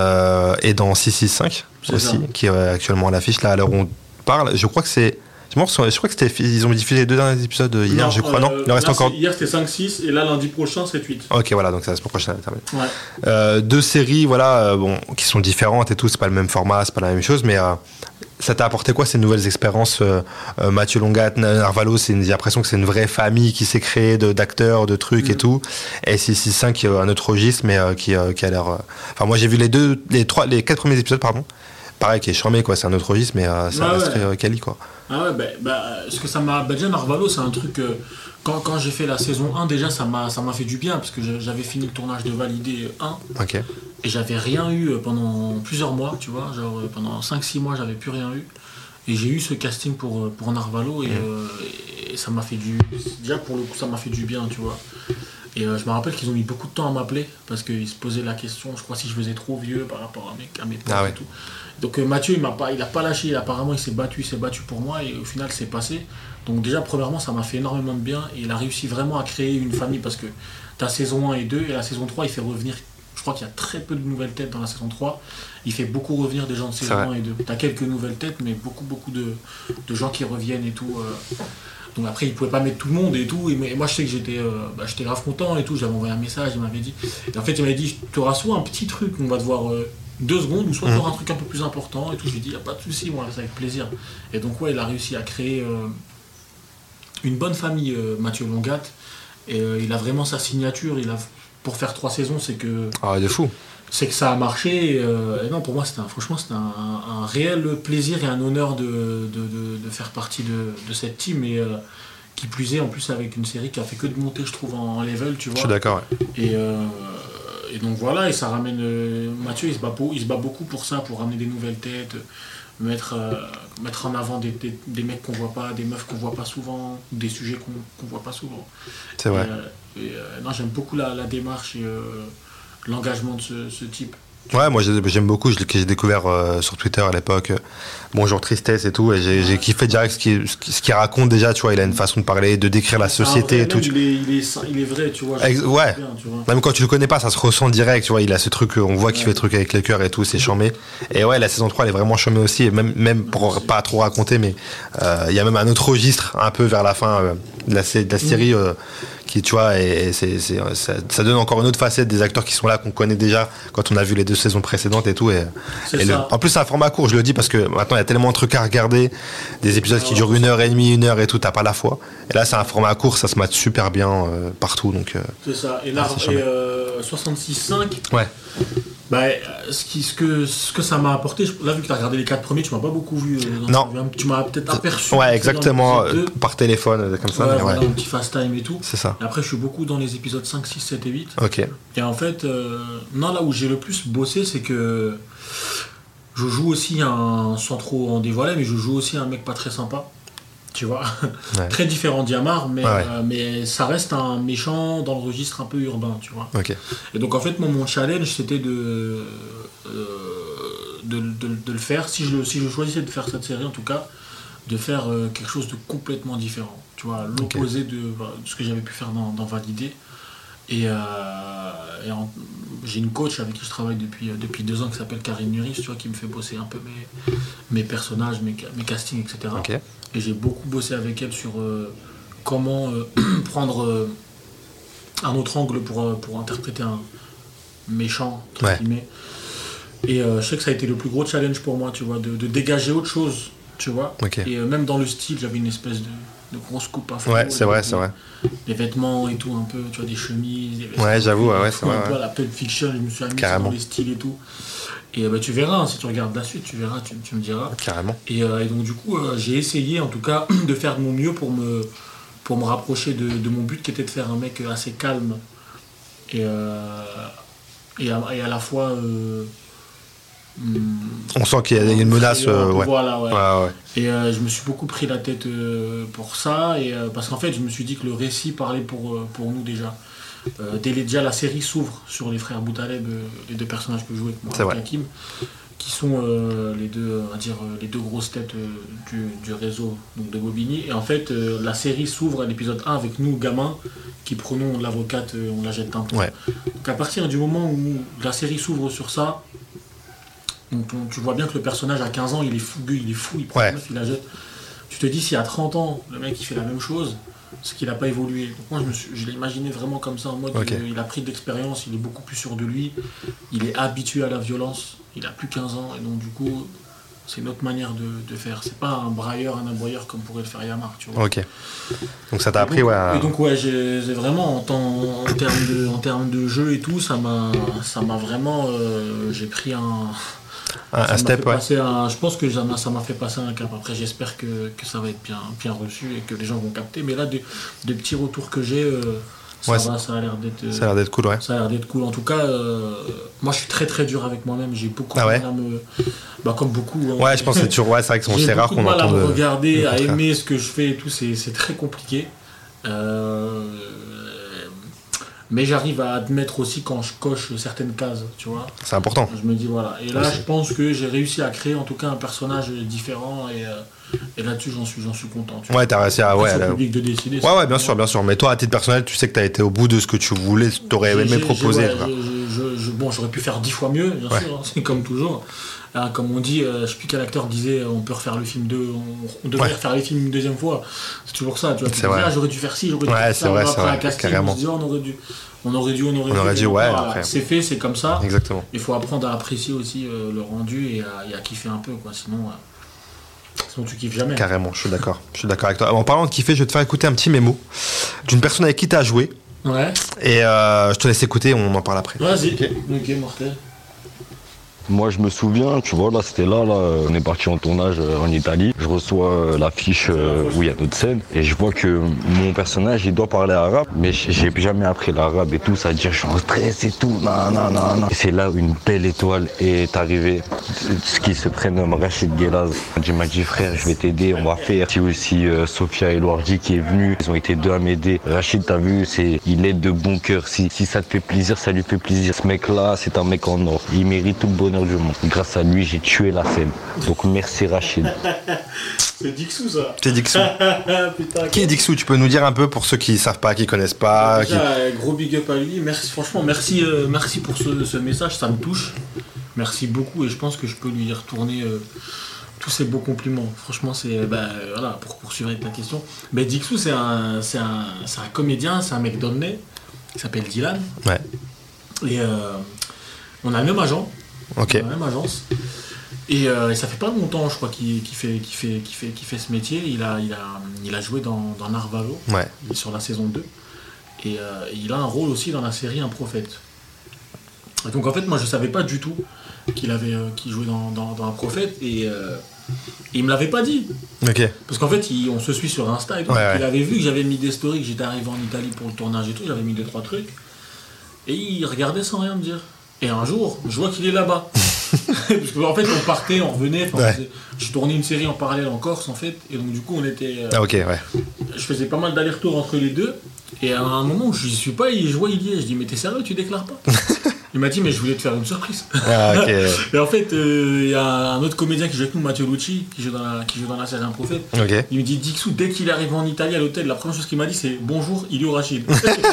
et dans 665 aussi, qui est actuellement à l'affiche, là, à l'heure où on parle. Je crois que c'est. Je crois que ils ont diffusé les 2 derniers épisodes hier, je crois, non? Il en reste encore. Hier c'était 5-6 et là lundi prochain 7-8. Ok, voilà, donc c'est la semaine prochaine. Ouais. 2 séries, voilà, qui sont différentes et tout, c'est pas le même format, c'est pas la même chose, mais Ça t'a apporté quoi ces nouvelles expériences, Mathieu Longat, Narvalo, j'ai l'impression que c'est une vraie famille qui s'est créée d'acteurs, de trucs et tout. Et 665 qui est un autre registre, mais qui a l'air. Enfin, moi j'ai vu les 4 premiers épisodes, pardon. Pareil, qui est charmé, quoi. C'est un autre registre, mais ça reste très quali, quoi. Ah ouais, ce que ça m'a. Déjà, Narvalo, c'est un truc. Quand j'ai fait la saison 1, déjà, ça m'a fait du bien, parce que j'avais fini le tournage de Validé 1. Ok. Et j'avais rien eu pendant plusieurs mois, tu vois. Genre, pendant 5-6 mois, j'avais plus rien eu. Et j'ai eu ce casting pour Narvalo, et ça m'a fait du. Déjà, pour le coup, ça m'a fait du bien, tu vois. Et je me rappelle qu'ils ont mis beaucoup de temps à m'appeler, parce qu'ils se posaient la question, je crois, si je faisais trop vieux par rapport à mes potes et tout. Donc Mathieu, il a pas lâché, apparemment il s'est battu pour moi, et au final c'est passé. Donc déjà, premièrement, ça m'a fait énormément de bien, et il a réussi vraiment à créer une famille, parce que t'as saison 1 et 2, et la saison 3, il fait revenir, je crois qu'il y a très peu de nouvelles têtes dans la saison 3, il fait beaucoup revenir des gens de saison 1 et 2. T'as quelques nouvelles têtes, mais beaucoup de gens qui reviennent et tout. Donc après, il pouvait pas mettre tout le monde et tout, et moi je sais que j'étais grave content et tout, j'avais envoyé un message, il m'avait dit, et en fait il m'avait dit, tu auras soit un petit truc, on va te voir 2 secondes, ou soit tu auras un truc un peu plus important et tout. Je lui ai dit, y a pas de souci, moi c'est avec plaisir. Et donc il a réussi à créer une bonne famille, Mathieu Longat, et il a vraiment sa signature, pour faire 3 saisons, c'est que... Ah, de fou. C'est que ça a marché, et non, pour moi franchement c'était un réel plaisir et un honneur de faire partie de cette team, et qui plus est en plus avec une série qui a fait que de monter, je trouve, en level, tu vois. Je suis d'accord, ouais. Et donc voilà, et ça ramène Mathieu, il se bat beaucoup pour ça, pour ramener des nouvelles têtes, mettre en avant des mecs qu'on voit pas, des meufs qu'on voit pas souvent, des sujets qu'on voit pas souvent. C'est vrai. Non, j'aime beaucoup la démarche et l'engagement de ce type. Ouais, moi j'aime beaucoup, j'ai découvert sur Twitter à l'époque, Bonjour Tristesse et tout, et j'ai kiffé direct ce qu'il raconte déjà, tu vois, il a une façon de parler, de décrire la société et tout. Il est vrai, tu vois. Ouais, bien, tu vois. Même quand tu le connais pas, ça se ressent direct, tu vois, il a ce truc, on voit qu'il fait le truc avec le cœur et tout, c'est charmé. Et ouais, la saison 3 elle est vraiment charmée aussi, et même pour pas trop raconter, mais il y a même un autre registre un peu vers la fin de la série qui, tu vois, et ça donne encore une autre facette des acteurs qui sont là, qu'on connaît déjà quand on a vu les 2 saisons précédentes et tout. En plus, c'est un format court, je le dis, parce que maintenant il y a tellement de trucs à regarder, des épisodes qui durent 1h30, 1 heure et tout, t'as pas la foi. Et là, c'est un format court, ça se mate super bien partout. Donc, c'est ça. Et là, 66.5. Ouais. Ce que ça m'a apporté, là, vu que tu as regardé les 4 premiers, tu m'as pas beaucoup vu. Non. Tu m'as peut-être aperçu. Ouais, exactement, par téléphone, comme ça. Ouais, voilà, un petit fast time et tout. C'est ça. Et après, je suis beaucoup dans les épisodes 5, 6, 7 et 8. Ok. Et en fait, là où j'ai le plus bossé, c'est que je joue aussi sans trop en dévoiler, mais je joue aussi un mec pas très sympa. Tu vois, très différent d'Yamar, mais ça reste un méchant dans le registre un peu urbain, tu vois. Okay. Et donc en fait, mon challenge, c'était de le faire, si je choisissais de faire cette série en tout cas, de faire quelque chose de complètement différent, tu vois, l'opposé de ce que j'avais pu faire dans Validé. Et j'ai une coach avec qui je travaille depuis 2 ans qui s'appelle Karine Nuris, tu vois, qui me fait bosser un peu mes personnages, mes castings, etc. Okay. Et j'ai beaucoup bossé avec elle sur comment prendre un autre angle pour interpréter un méchant, entre guillemets. Et je sais que ça a été le plus gros challenge pour moi, tu vois, de dégager autre chose, tu vois. Okay. Et même dans le style, j'avais une espèce de grosse coupe à fond. Ouais, c'est vrai. Des vêtements et tout, un peu, tu vois, des chemises. Des ouais, j'avoue, c'est vrai. Un peu à la Pulp Fiction, je me suis amusé dans les styles et tout. Et tu verras, si tu regardes la suite, tu verras, tu me diras. Carrément. Et donc du coup, j'ai essayé en tout cas de faire de mon mieux pour me rapprocher de mon but qui était de faire un mec assez calme et à la fois... on sent qu'il y a une menace. Voilà, ouais. Et je me suis beaucoup pris la tête pour ça, et parce qu'en fait, je me suis dit que le récit parlait pour nous déjà. Déjà, la série s'ouvre sur les frères Boutaleb, les 2 personnages que je jouais avec moi, Hakim, qui sont les 2, on va dire, les 2 grosses têtes du réseau, donc de Bobigny. Et en fait, la série s'ouvre à l'épisode 1 avec nous, gamins, qui prenons l'avocate, on la jette d'un point. Ouais. Donc à partir du moment où la série s'ouvre sur ça, donc tu vois bien que le personnage à 15 ans, il est fougueux, il est fou, il prend la meuf, il la jette. Tu te dis, si à 30 ans, le mec il fait la même chose, c'est qu'il n'a pas évolué. Donc moi je l'ai imaginé vraiment comme ça, en mode il a pris de l'expérience, il est beaucoup plus sûr de lui, il est habitué à la violence, il a plus 15 ans, et donc du coup C'est une autre manière de faire. C'est pas un brailleur, un aboyeur comme pourrait le faire Yamar, tu vois. Ok. Donc ça t'a appris, Et donc, ouais, j'ai vraiment, en termes de jeu et tout, ça m'a vraiment... j'ai pris un step, ouais. Je pense que ça m'a fait passer un cap. Après, j'espère que ça va être bien reçu et que les gens vont capter. Mais là, des petits retours que j'ai... ça a l'air d'être cool, ouais. Ça a l'air d'être cool. En tout cas, moi je suis très très dur avec moi-même. J'ai beaucoup de mal à me. Comme beaucoup. Ouais, je pense que c'est toujours. Ouais, c'est vrai que c'est rare qu'on entende. J'ai beaucoup de mal à me regarder, à aimer ce que je fais et tout. C'est très compliqué. Mais j'arrive à admettre aussi quand je coche certaines cases, tu vois. C'est important. Je me dis voilà. Et là, je pense que j'ai réussi à créer en tout cas un personnage différent et là-dessus, j'en suis content. Tu vois. Ouais, t'as réussi à. C'est le public de décider. Ouais, bien sûr. Mais toi, à titre personnel, tu sais que t'as été au bout de ce que tu voulais, t'aurais aimé proposer. J'aurais pu faire 10 fois mieux, bien sûr, c'est comme toujours. Comme on dit, je sais plus quel acteur disait, on peut refaire le film on devrait refaire les films une deuxième fois. C'est toujours ça, tu vois. C'est vrai. J'aurais dû faire ci, j'aurais dû faire ça. C'est vrai, carrément. On se dit, on aurait dû. Ouais. Voilà, c'est fait, c'est comme ça. Exactement. Il faut apprendre à apprécier aussi le rendu et à kiffer un peu, quoi. Sinon tu kiffes jamais. Carrément, je suis d'accord avec toi. En parlant de kiffer, je vais te faire écouter un petit mémo d'une personne avec qui tu as joué. Ouais. Et je te laisse écouter, on en parle après. Vas-y. Ok, mortel. Moi je me souviens, tu vois, là c'était là, on est parti en tournage en Italie. Je reçois l'affiche où il y a notre scène et je vois que mon personnage il doit parler arabe, mais j'ai jamais appris l'arabe et tout, ça veut dire je suis en stress et tout, non. Et c'est là où une belle étoile est arrivée, ce qui se prénomme Rachid Guelaz. Il m'a dit frère, je vais t'aider, on va faire. C'est aussi Sophia Elouardi qui est venue, ils ont été deux à m'aider. Rachid, t'as vu, il est de bon cœur, si ça te fait plaisir, ça lui fait plaisir. Ce mec là, c'est un mec en or, il mérite tout le bonheur du monde. Grâce à lui, j'ai tué la scène. Donc merci Rachid. C'est Dixou ça. C'est Dixou. Putain, qui est Dixou? Tu peux nous dire un peu pour ceux qui savent pas, qui connaissent pas. Déjà, gros big up à lui. Merci, franchement, merci pour ce message, ça me touche. Merci beaucoup et je pense que je peux lui retourner tous ces beaux compliments. Franchement, c'est voilà, pour poursuivre avec ta question. Mais Dixou, c'est un comédien, c'est un mec d'Aulnay qui s'appelle Dylan. Ouais. Et on a le même agent. Ok. Dans la même agence. Et ça fait pas longtemps, je crois, qu'il fait ce métier. Il a joué dans Narvalo, ouais. Sur la saison 2. Et il a un rôle aussi dans la série Un Prophète. Et donc en fait, moi je savais pas du tout qu'il jouait dans Un Prophète et il me l'avait pas dit. Ok. Parce qu'en fait, on se suit sur Insta et tout. Ouais. Il avait vu que j'avais mis des stories, que j'étais arrivé en Italie pour le tournage et tout. J'avais mis 2-3 trucs. Et il regardait sans rien me dire. Et un jour, je vois qu'il est là-bas. Parce qu'en fait, on partait, on revenait. Ouais. Je tournais une série en parallèle en Corse, en fait. Et donc, du coup, on était. Ok, ouais. Je faisais pas mal d'allers-retours entre les deux. Et à un moment où je n'y suis pas, je vois il y est. Je dis, mais t'es sérieux, tu déclares pas? Il m'a dit, mais je voulais te faire une surprise. Ah, ok. Et en fait, il y a un autre comédien qui joue avec nous, Matteo Lucci, qui joue dans la série Un Prophète. Ok. Il me dit, Dixou, dès qu'il est arrivé en Italie à l'hôtel, la première chose qu'il m'a dit, c'est bonjour, Ilio Rachid.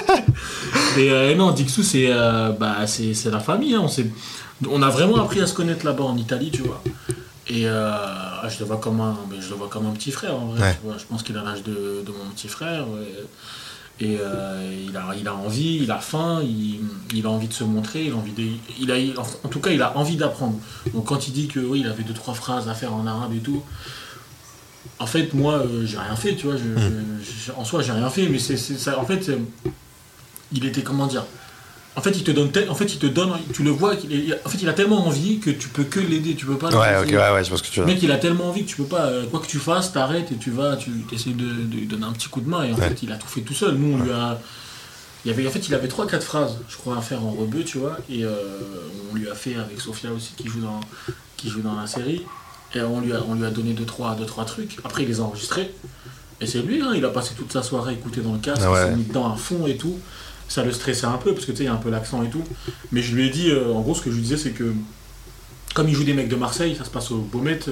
Et non, Dixou, c'est la famille. Hein. On a vraiment appris à se connaître là-bas en Italie, tu vois. Et je le vois comme un petit frère, en vrai. Ouais. Tu vois. Je pense qu'il a l'âge de mon petit frère. Et il a envie, il a faim, il a envie de se montrer, en tout cas il a envie d'apprendre. Donc quand il dit que oui, il avait 2-3 phrases à faire en arabe et tout, en fait moi j'ai rien fait, tu vois, en soi j'ai rien fait, mais ça, en fait il était, comment dire, en fait il te donne, tu le vois, il a tellement envie que tu peux que l'aider, tu peux pas. Ouais, ok, ouais, je pense que tu vois. Le mec il a tellement envie que tu peux pas, quoi que tu fasses, t'arrêtes et tu essaies de lui donner un petit coup de main et en fait il a tout fait tout seul. Nous on lui a, il avait 3-4 phrases, je crois, à faire en rebeu, tu vois, et on lui a fait avec Sophia aussi qui joue dans la série, et on lui a donné 2-3 trucs. Après il les a enregistrés et c'est lui, hein, il a passé toute sa soirée à écouter dans le casque, il s'est mis dedans à fond et tout. Ça le stressait un peu parce que tu sais, il y a un peu l'accent et tout. Mais je lui ai dit, en gros, ce que je lui disais, c'est que comme il joue des mecs de Marseille, ça se passe au Beaumet,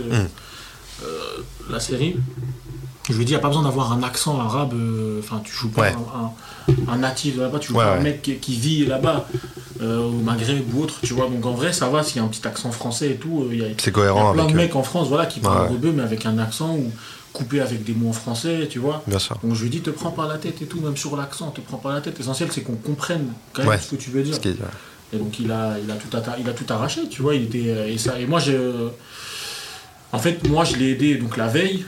la série. Je lui ai dit, il n'y a pas besoin d'avoir un accent arabe. Enfin, tu joues pas un natif de là-bas, tu joues pas un mec qui vit là-bas, au Maghreb ou autre, tu vois. Donc en vrai, ça va s'il y a un petit accent français et tout. C'est cohérent. Il y a plein de mecs en France, voilà, qui parlent rebeu, mais avec un accent ou coupé avec des mots en français, tu vois. Bien sûr. Donc je lui dis, te prends pas la tête et tout, même sur l'accent, te prends pas la tête. L'essentiel, c'est qu'on comprenne quand même ce que tu veux dire. Et donc il a tout arraché, tu vois. Et moi, En fait, moi, je l'ai aidé donc la veille.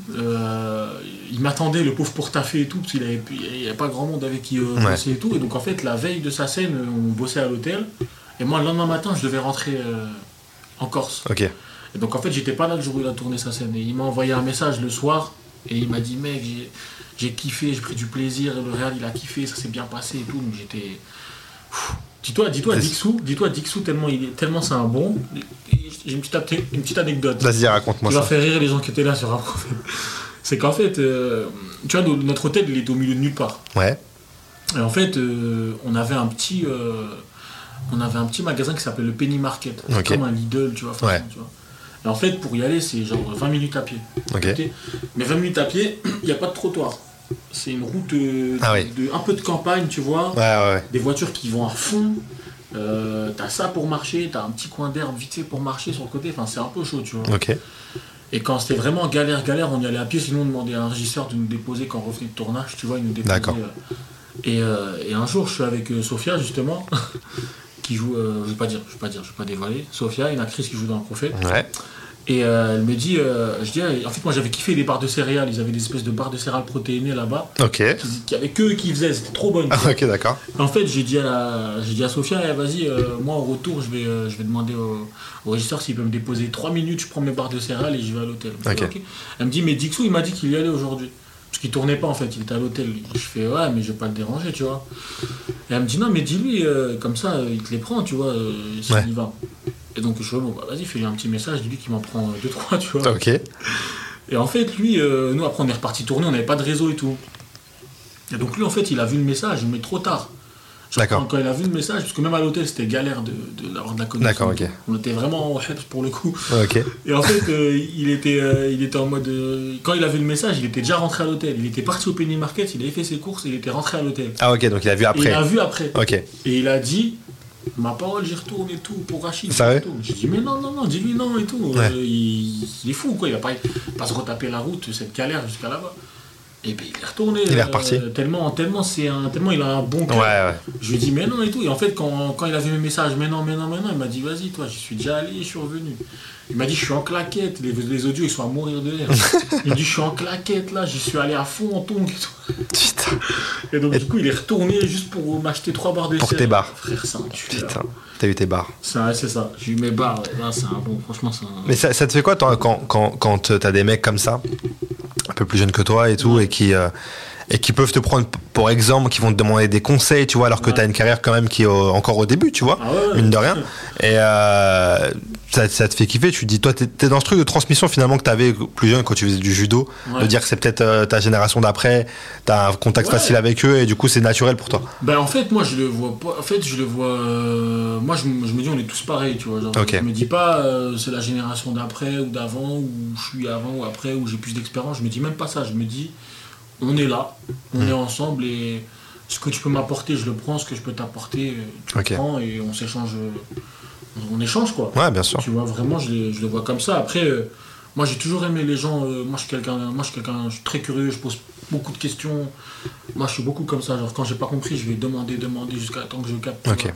Il m'attendait, le pauvre, pour taffer et tout, parce qu'il n'y avait pas grand monde avec qui bosser et tout. Et donc, en fait, la veille de sa scène, on bossait à l'hôtel. Et moi, le lendemain matin, je devais rentrer en Corse. Ok. Et donc, en fait, j'étais pas là le jour où il a tourné sa scène. Et il m'a envoyé un message le soir. Et il m'a dit, mec, j'ai kiffé, j'ai pris du plaisir. Le Real, il a kiffé, ça s'est bien passé et tout. Donc, j'étais... Dis-toi Dixou, tellement c'est un bon. J'ai une petite anecdote. Vas-y, raconte-moi ça. Tu vas faire rire les gens qui étaient là sur un prophète. C'est qu'en fait, tu vois, notre hôtel, il était au milieu de nulle part. Ouais. Et en fait, on avait un petit magasin qui s'appelait le Penny Market. C'est comme un Lidl, tu vois. Ouais. Tu vois. Et en fait, pour y aller, c'est genre 20 minutes à pied. Okay. Mais 20 minutes à pied, il n'y a pas de trottoir. C'est une route un peu de campagne, tu vois. Ouais. Des voitures qui vont à fond. T'as ça pour marcher, t'as un petit coin d'herbe vite fait pour marcher sur le côté. Enfin, c'est un peu chaud, tu vois. Ok. Et quand c'était vraiment galère, on y allait à pied. Sinon, on demandait à un régisseur de nous déposer quand on revenait de tournage, tu vois. Il nous déposait. D'accord. Et un jour, je suis avec Sophia, justement, qui joue. Je vais pas dévoiler. Sophia, une actrice qui joue dans le prophète. Ouais. Et elle me dit, en fait, moi j'avais kiffé les barres de céréales. Ils avaient des espèces de barres de céréales protéinées là-bas. Ok. Qui avait que eux qui faisaient, c'était trop bonne. Ok, d'accord. En fait, j'ai dit à Sophia, vas-y, moi au retour, je vais demander au régisseur s'il peut me déposer 3 minutes, je prends mes barres de céréales et je vais à l'hôtel. Okay. Elle me dit, mais Dixou, il m'a dit qu'il y allait aujourd'hui. Parce qu'il tournait pas en fait, il était à l'hôtel. Je fais, ouais, mais je vais pas le déranger, tu vois. Et elle me dit, non, mais dis-lui, comme ça, il te les prend, tu vois, s'il y va. Et donc je fais, bon, vas-y, fais-lui un petit message, dis-lui qu'il m'en prend 2-3, tu vois. Ok. Et en fait, lui, nous après on est reparti tourner, on n'avait pas de réseau et tout. Et donc lui, en fait, il a vu le message, mais trop tard. D'accord. Quand il a vu le message, parce que même à l'hôtel, c'était galère d'avoir de la connexion. D'accord, ok. On était vraiment en fait pour le coup. Ok. Et en fait, il était en mode... quand il a vu le message, il était déjà rentré à l'hôtel. Il était parti au Penny Market, il avait fait ses courses et il était rentré à l'hôtel. Ah ok, donc il a vu après. Et il a vu après. Ok. Et il a dit... Ma parole, j'y retourne et tout pour Rachid. Sérieux ? J'ai dit, mais non, dis-lui non et tout. Ouais. Il est fou, quoi. Il va pas se retaper la route, cette galère jusqu'à là-bas. Et puis il est retourné. Il est reparti. Tellement il a un bon cœur. Ouais. Je lui ai dit, mais non et tout. Et en fait, quand il a vu mes messages, mais non, il m'a dit, vas-y, toi, j'y suis déjà allé, je suis revenu. Il m'a dit, je suis en claquette. Les audios, ils sont à mourir de rire. Il m'a dit, je suis en claquette, là, j'y suis allé à fond en tongue et tout. Putain. Et donc, du coup, il est retourné juste pour m'acheter 3 barres de pour sel. Tes barres. Frère, c'est un tueur. Putain. T'as eu tes barres. C'est ça. J'ai eu mes barres. Là, c'est un bon. Franchement, c'est un... Mais ça te fait quoi, toi, quand t'as des mecs comme ça, un peu plus jeunes que toi et tout, et qui peuvent te prendre pour exemple, qui vont te demander des conseils, tu vois, alors que t'as une carrière quand même qui est encore au début, tu vois, mine de rien. Et ça te fait kiffer. Tu te dis, toi, t'es dans ce truc de transmission finalement que t'avais plus jeune quand tu faisais du judo, de dire que c'est peut-être ta génération d'après, t'as un contact facile avec eux et du coup c'est naturel pour toi. Ben en fait, moi je le vois pas. En fait, moi je me dis on est tous pareils, tu vois. Genre, okay. Je me dis pas c'est la génération d'après ou d'avant ou je suis avant ou après ou j'ai plus d'expérience. Je me dis même pas ça. Je me dis on est là, on est ensemble et ce que tu peux m'apporter, je le prends. Ce que je peux t'apporter, tu le prends et on s'échange. On échange quoi. Ouais, bien sûr. Tu vois, vraiment, je le vois comme ça. Après, moi j'ai toujours aimé les gens. Moi je suis très curieux, je pose beaucoup de questions. Moi je suis beaucoup comme ça. Genre quand j'ai pas compris, je vais demander jusqu'à temps que je capte. Okay.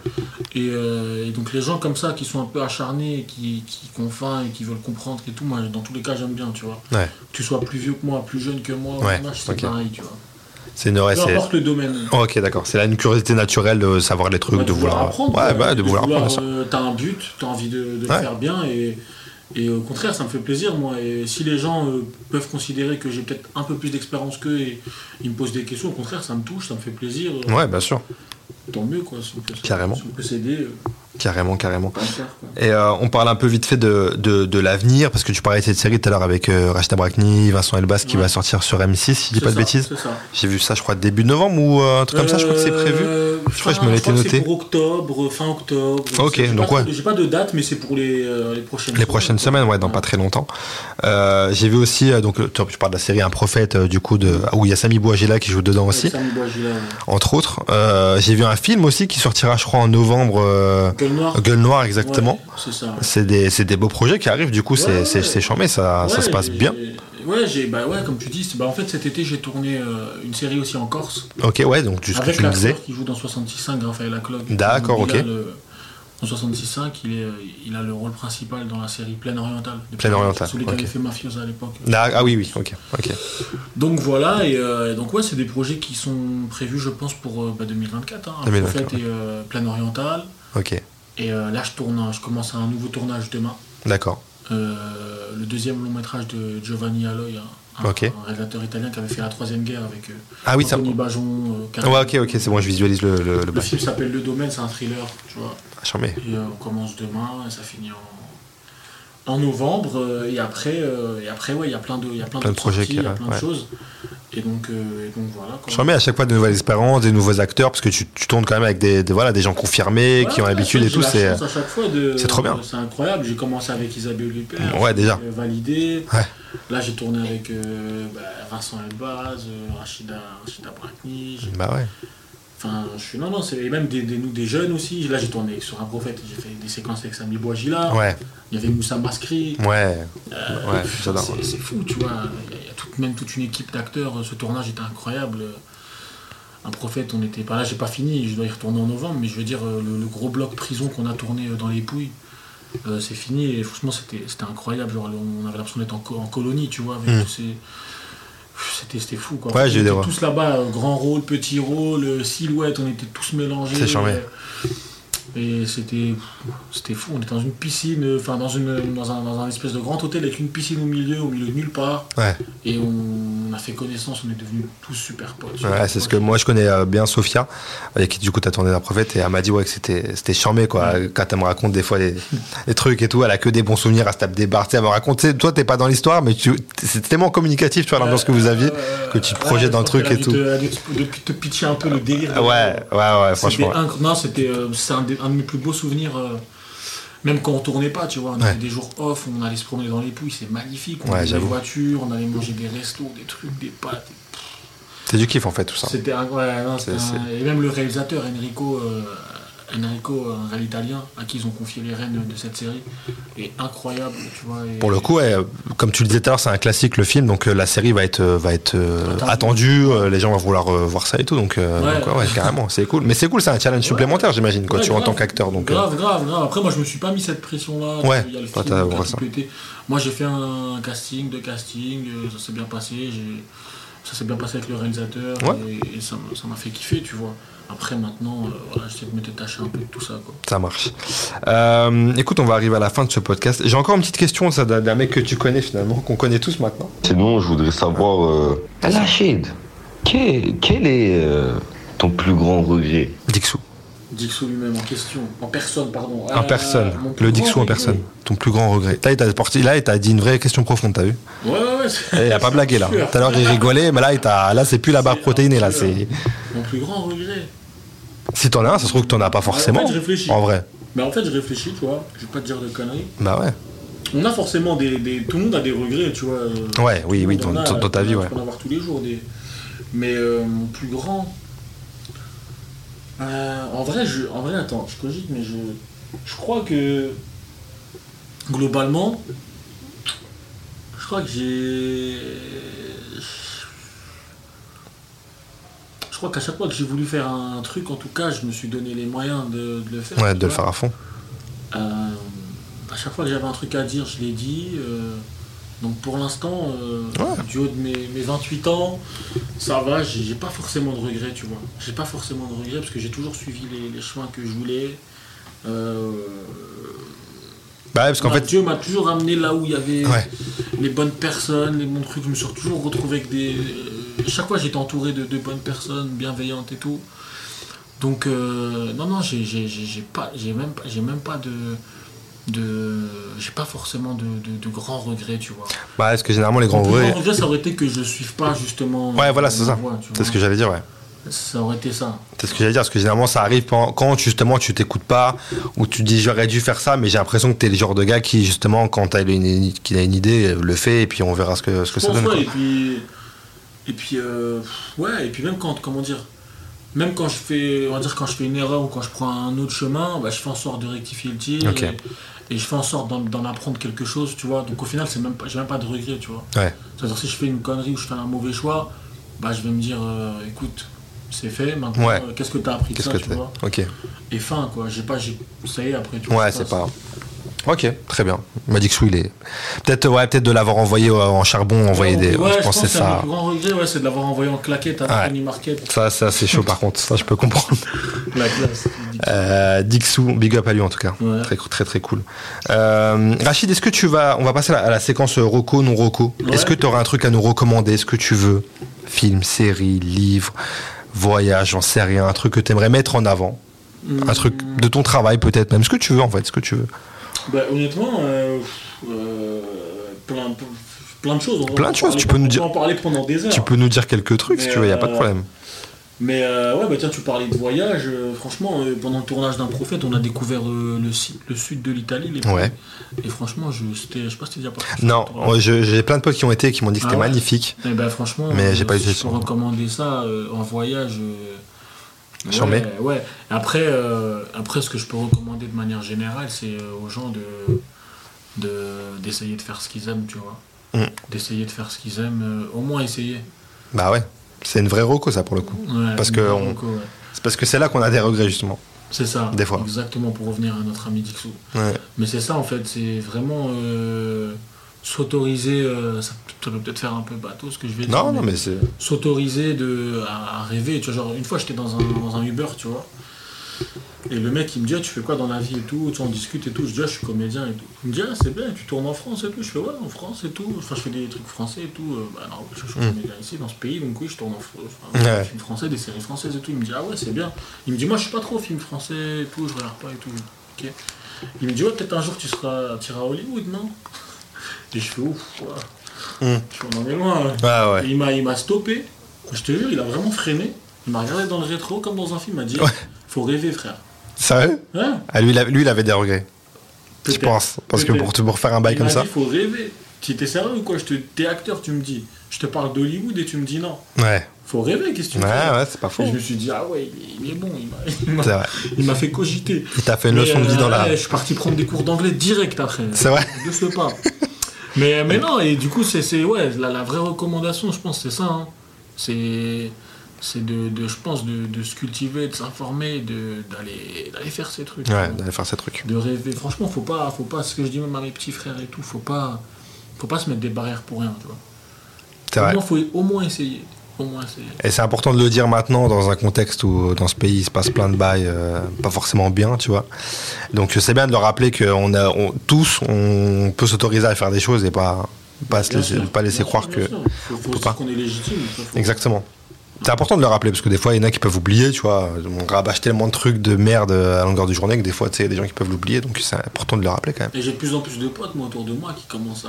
Et donc les gens comme ça qui sont un peu acharnés, qui ont faim et qui veulent comprendre et tout, moi dans tous les cas j'aime bien, tu vois. Ouais. Que tu sois plus vieux que moi, plus jeune que moi, c'est pareil, tu vois. C'est une peu importe le domaine. Ok, d'accord. C'est là une curiosité naturelle de savoir les trucs, de vouloir apprendre. De vouloir apprendre. T'as un but, t'as envie de le faire bien et au contraire, ça me fait plaisir, moi. Et si les gens peuvent considérer que j'ai peut-être un peu plus d'expérience qu'eux et ils me posent des questions, au contraire, ça me touche, ça me fait plaisir. Ouais, bien sûr. Tant mieux, quoi. Carrément. Si on peut s'aider. Carrément. Faire, et on parle un peu vite fait de l'avenir, parce que tu parlais de cette série tout à l'heure avec Rachida Brakni, Vincent Elbaz qui va sortir sur M6, si je dis pas de bêtises. C'est ça. J'ai vu ça, je crois, début novembre ou un truc comme ça, je crois que c'est prévu. Je crois que je me l'étais noté. C'est pour octobre, fin octobre. Ok, donc ouais. J'ai pas de date, mais c'est pour les prochaines semaines. Les prochaines semaines, ouais, dans pas très longtemps. J'ai vu aussi, donc je parle de la série Un Prophète, du coup, où il y a Samy Bouagila qui joue dedans aussi. Samy Bouagila, entre autres. J'ai vu un film aussi qui sortira, je crois, en novembre. Gueule Noire, exactement. Ouais, c'est ça. C'est des beaux projets qui arrivent, du coup, c'est charmé, ça se passe bien. Comme tu dis, en fait cet été j'ai tourné une série aussi en Corse. Ok, ouais, donc ce que tu me disais. Avec l'acteur qui joue dans 66.5, Raphaël Aclog. D'accord, ok. En 66.5, il a le rôle principal dans la série Plaine Orientale. Celui qui avait fait Mafiosa à l'époque. Ah oui, ok. Donc voilà, et donc ouais, c'est des projets qui sont prévus, je pense, pour 2024. Hein. 2024. Prophète et Plaine Orientale. Ok. Et là, je commence un nouveau tournage demain. D'accord. Le deuxième long métrage de Giovanni Aloy, un réalisateur italien qui avait fait La Troisième Guerre avec Anthony Bajon. Ok, c'est bon, je visualise le film s'appelle Le Domaine, c'est un thriller, tu vois. Charmé. Et on commence demain et ça finit en novembre. Et après, ouais, il y a plein de projets, il y a plein de choses. Et donc voilà. Charmé, à chaque fois de nouvelles expériences, des nouveaux acteurs, parce que tu tournes quand même avec des gens confirmés, qui ont l'habitude et tout. C'est à chaque fois c'est trop bien. C'est incroyable. J'ai commencé avec Isabelle Huppert. Ouais, déjà. Validé. Ouais. Là, j'ai tourné avec Vincent Elbaz, Rachida Brakni. Bah ouais. Enfin, c'est même des jeunes aussi. Là, j'ai tourné sur Un Prophète, j'ai fait des séquences avec Samy Bouajila. Ouais. Il y avait Moussa Maskri. Ouais. J'adore. C'est fou, tu vois. Il y a même toute une équipe d'acteurs. Ce tournage était incroyable. Un Prophète, on était pas là, j'ai pas fini, je dois y retourner en novembre, mais je veux dire, le gros bloc prison qu'on a tourné dans les Pouilles, c'est fini et franchement, c'était incroyable. Genre, on avait l'impression d'être en colonie, tu vois, avec tous ces. C'était fou quoi. Ouais, on était tous là-bas, grand rôle, petit rôle, silhouette, on était tous mélangés. C'est charmé. Et c'était fou, on était dans une piscine, enfin dans un espèce de grand hôtel avec une piscine au milieu de nulle part. Ouais. Et on a fait connaissance, on est devenus tous super potes. Ouais, c'est ce que moi je connais bien Sophia, avec qui du coup t'as tourné Un Prophète, et elle m'a dit que c'était charmé quoi. Quand elle me raconte des fois des trucs et tout, elle a que des bons souvenirs, elle se tape des barres, elle me raconte, toi t'es pas dans l'histoire, mais c'est tellement communicatif, tu vois, dans ce que vous aviez, que tu te projettes dans le truc et tout. Depuis te pitcher un peu le délire. Ouais, franchement. C'est un de mes plus beaux souvenirs, même quand on tournait pas, tu vois, on avait des jours off, on allait se promener dans les Pouilles, c'est magnifique, on avait des voitures, on allait manger des restos, des trucs, des pâtes. C'est du kiff en fait tout ça. C'était et même le réalisateur Enrico, un réal italien à qui ils ont confié les rênes de cette série, est incroyable, tu vois. Pour le coup, comme tu le disais tout à l'heure, c'est un classique le film, donc la série va être attendue, les gens vont vouloir voir ça et tout, donc carrément, c'est cool. Mais c'est cool, c'est un challenge supplémentaire, j'imagine, quoi, tu en tant qu'acteur. Donc, grave. Après, moi, je me suis pas mis cette pression-là. Ouais, il y a le film, moi, j'ai fait un casting, ça s'est bien passé. Ça s'est bien passé avec le réalisateur et ça m'a fait kiffer, tu vois. Après, maintenant, j'essaie de me détacher un peu de tout ça, quoi. Ça marche. Écoute, on va arriver à la fin de ce podcast. J'ai encore une petite question, ça, d'un mec que tu connais finalement, qu'on connaît tous maintenant. Sinon, je voudrais savoir, Rachid, quel est ton plus grand regret? Dixou lui-même, en question. En personne, pardon. En personne. Le Dixou en personne. Ton plus grand regret. Là, il t'a dit une vraie question profonde, t'as vu? Ouais. Il a pas blagué, là. Tout à l'heure, il rigolait, mais là, c'est plus la barre protéinée, là. C'est... Mon plus grand regret. Si t'en as un, ça se trouve que t'en as pas forcément. En fait, je réfléchis. En vrai. Mais en fait, je réfléchis, tu vois. Je vais pas te dire de conneries. Bah ouais. On a forcément tout le monde a des regrets, tu vois. Ouais, oui, dans ta vie, ouais. On peut en avoir tous les jours. Mais mon plus grand... En vrai, attends, je cogite, mais je crois que globalement, je crois qu'à chaque fois que j'ai voulu faire un truc, en tout cas, je me suis donné les moyens de le faire. Ouais, de le faire à fond. À chaque fois que j'avais un truc à dire, je l'ai dit. Donc pour l'instant, du haut de mes 28 ans, ça va, j'ai pas forcément de regrets, tu vois. J'ai pas forcément de regrets parce que j'ai toujours suivi les chemins que je voulais. Parce qu'en fait, Dieu m'a toujours amené là où il y avait les bonnes personnes, les bons trucs. Je me suis toujours retrouvé avec chaque fois j'étais entouré de bonnes personnes, bienveillantes et tout. Donc j'ai même pas j'ai pas forcément de grands regrets, tu vois. Parce que généralement les grands regrets, ça aurait été que je suive pas justement. Ouais, voilà, c'est ça. C'est ce que j'allais dire, ouais. Ça aurait été ça. C'est ce que j'allais dire, parce que généralement ça arrive quand justement tu t'écoutes pas, ou tu dis j'aurais dû faire ça, mais j'ai l'impression que t'es le genre de gars qui justement quand qu'il a une idée le fait et puis on verra ce que ça donne. Et puis même même quand je fais une erreur ou quand je prends un autre chemin, je fais en sorte de rectifier le tir et je fais en sorte d'en apprendre quelque chose, tu vois. Donc au final, j'ai même pas de regret, tu vois. Ouais. C'est-à-dire si je fais une connerie ou je fais un mauvais choix, je vais me dire, écoute, c'est fait. Maintenant, qu'est-ce que t'as appris de ça, tu vois? Ok. Et fin, quoi. Ça y est, après, tu vois. Ouais, c'est pas... Ok, très bien. Il m'a dit que il est... Peut-être de l'avoir envoyé en charbon, envoyer des... je pense que c'est ça. Le plus grand regret, c'est de l'avoir envoyé en claquette à Penny Market. Ça c'est chaud par contre, ça je peux comprendre. La classe. Dixou, big up à lui en tout cas. Ouais. Très très très cool. Rachid, est-ce que on va passer à la séquence reco, non reco. Ouais. Est-ce que tu auras un truc à nous recommander? Est-ce que tu veux? Film, série, livre, voyage, j'en sais rien. Un truc que tu aimerais mettre en avant? Un truc de ton travail peut-être même. Ce que tu veux en fait, ce que tu veux. Bah, honnêtement, plein de choses. Plein de choses, tu peux nous dire. On peut en parler pendant des heures. Tu peux nous dire quelques trucs si tu veux, il n'y a pas de problème. Mais tiens, tu parlais de voyage. Franchement, pendant le tournage d'Un Prophète, on a découvert le sud de l'Italie. Et franchement, je sais pas si t'es déjà parti. Non, j'ai plein de potes qui ont été et qui m'ont dit que c'était magnifique. Et ben, franchement, mais j'ai pas eu de temps. Je peux recommander ça en voyage. Ouais. Après, ce que je peux recommander de manière générale, c'est aux gens d'essayer de faire ce qu'ils aiment, tu vois. D'essayer de faire ce qu'ils aiment, au moins essayer. Bah ouais, c'est une vraie reco ça pour le coup. Ouais, c'est parce que c'est là qu'on a des regrets justement. C'est ça, des fois. Exactement, pour revenir à notre ami Dixou. Ouais. Mais c'est ça en fait, c'est vraiment s'autoriser, ça peut peut-être faire un peu bateau ce que je vais dire. Non, mais c'est... S'autoriser à rêver. Tu vois, genre, une fois j'étais dans un Uber, tu vois, et le mec il me dit tu fais quoi dans la vie et tout, on discute et tout, je dis je suis comédien et tout. Il me dit c'est bien, tu tournes en France et tout, je fais en France et tout, enfin je fais des trucs français et tout, non, je suis comédien ici dans ce pays, donc oui je tourne des films français, des séries françaises et tout. Il me dit c'est bien. Il me dit moi je suis pas trop film français et tout, je regarde pas et tout. Ok. Il me dit peut-être un jour tu iras à Hollywood, non? Et je fais ouf, tu en es loin. Ouais. Il m'a stoppé, je te jure, il a vraiment freiné. Il m'a regardé dans le rétro comme dans un film, il m'a dit faut rêver, frère. Sérieux? Lui, il avait des regrets. Je pense. Parce que pour faire un bail comme ça. Il faut rêver. Tu étais sérieux ou quoi? T'es acteur, tu me dis. Je te parle d'Hollywood et tu me dis non. Ouais. Faut rêver, qu'est-ce que tu fais? Ouais, c'est pas faux. Et je me suis dit, il est bon. Il m'a fait cogiter. Il t'a fait une leçon de vie dans la... Je suis parti prendre des cours d'anglais direct après. C'est vrai? Je sais pas. Mais non, et du coup, c'est la vraie recommandation, je pense, c'est ça. Hein. C'est je pense, de se cultiver, de s'informer, d'aller faire ces trucs. Ouais, d'aller faire ces trucs. De rêver. Franchement, faut pas, ce que je dis même à mes petits frères et tout, faut pas se mettre des barrières pour rien, tu vois. C'est vrai. Faut au moins essayer. Et c'est important de le dire maintenant dans un contexte où dans ce pays il se passe plein de bails pas forcément bien, tu vois. Donc c'est bien de leur rappeler qu'on tous on peut s'autoriser à faire des choses et pas laisser croire que faut pas qu'on est légitime. Exactement. C'est important de le rappeler parce que des fois il y en a qui peuvent oublier, tu vois. On rabâche tellement de trucs de merde à longueur de journée que des fois tu sais, il y a des gens qui peuvent l'oublier, donc c'est important de le rappeler quand même. Et j'ai de plus en plus de potes moi autour de moi qui commencent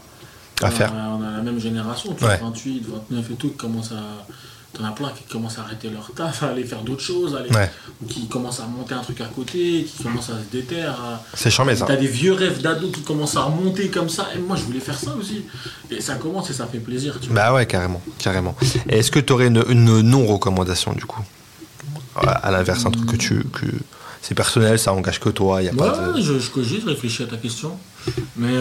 à faire. On a la même génération, tu vois, 28, 29 et tout, qui commencent à... T'en as plein qui commencent à arrêter leur taf, à aller faire d'autres choses, qui commencent à monter un truc à côté, qui commencent à se déterrer. C'est charmé ça. T'as des vieux rêves d'ados qui commencent à remonter comme ça, et moi je voulais faire ça aussi. Et ça commence et ça fait plaisir, tu vois. Bah ouais, carrément. Et est-ce que t'aurais une non-recommandation du coup? À l'inverse, un truc que c'est personnel, ça engage que toi, y a pas de... je cogite, je réfléchis à ta question, mais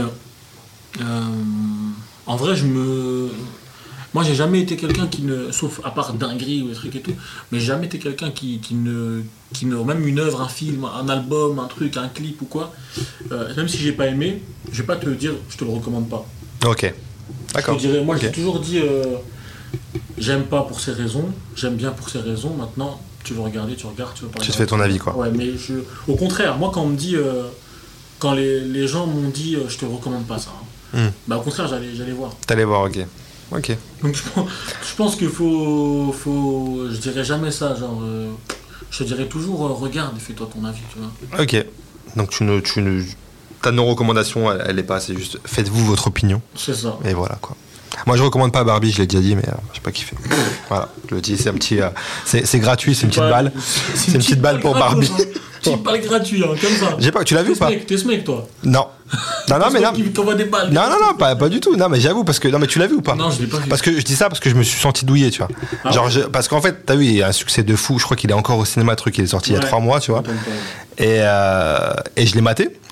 en vrai moi j'ai jamais été quelqu'un qui ne, sauf à part dinguerie ou des trucs et tout, mais j'ai jamais été quelqu'un qui ne même une œuvre, un film, un album, un truc, un clip ou quoi, même si j'ai pas aimé, je vais pas te dire je te le recommande pas. Ok, d'accord. Moi j'ai toujours dit j'aime pas pour ces raisons, j'aime bien pour ces raisons, maintenant tu veux regarder, tu regardes, tu veux pas. Tu te fais ton avis quoi. Ouais, mais au contraire, moi quand on me dit quand les gens m'ont dit je te recommande pas ça, bah au contraire j'allais voir. T'allais voir, ok. Donc je pense qu'il faut je dirais jamais ça, genre je te dirais toujours regarde et fais-toi ton avis, tu vois. Ok, donc ta non-recommandation elle est pas, c'est juste faites-vous votre opinion. C'est ça. Et voilà quoi. Moi je recommande pas Barbie, je l'ai déjà dit, mais j'ai pas kiffé. Voilà, je le dis, c'est un petit, c'est gratuit, c'est une petite balle. C'est une petite balle pour Barbie. Petite balle gratuite, hein, comme ça. Tu l'as vu ou pas? T'es ce mec, toi? Non, mais là. Qui t'envoie des balles. Non, pas du tout. Non, mais j'avoue parce que non, mais tu l'as vu ou pas? Non, je l'ai pas vu. Parce que je dis ça parce que je me suis senti douillé, tu vois. Genre, parce qu'en fait, t'as vu, il y a un succès de fou. Je crois qu'il est encore au cinéma, truc, il est sorti il y a 3 mois, tu vois. Et je l'ai maté.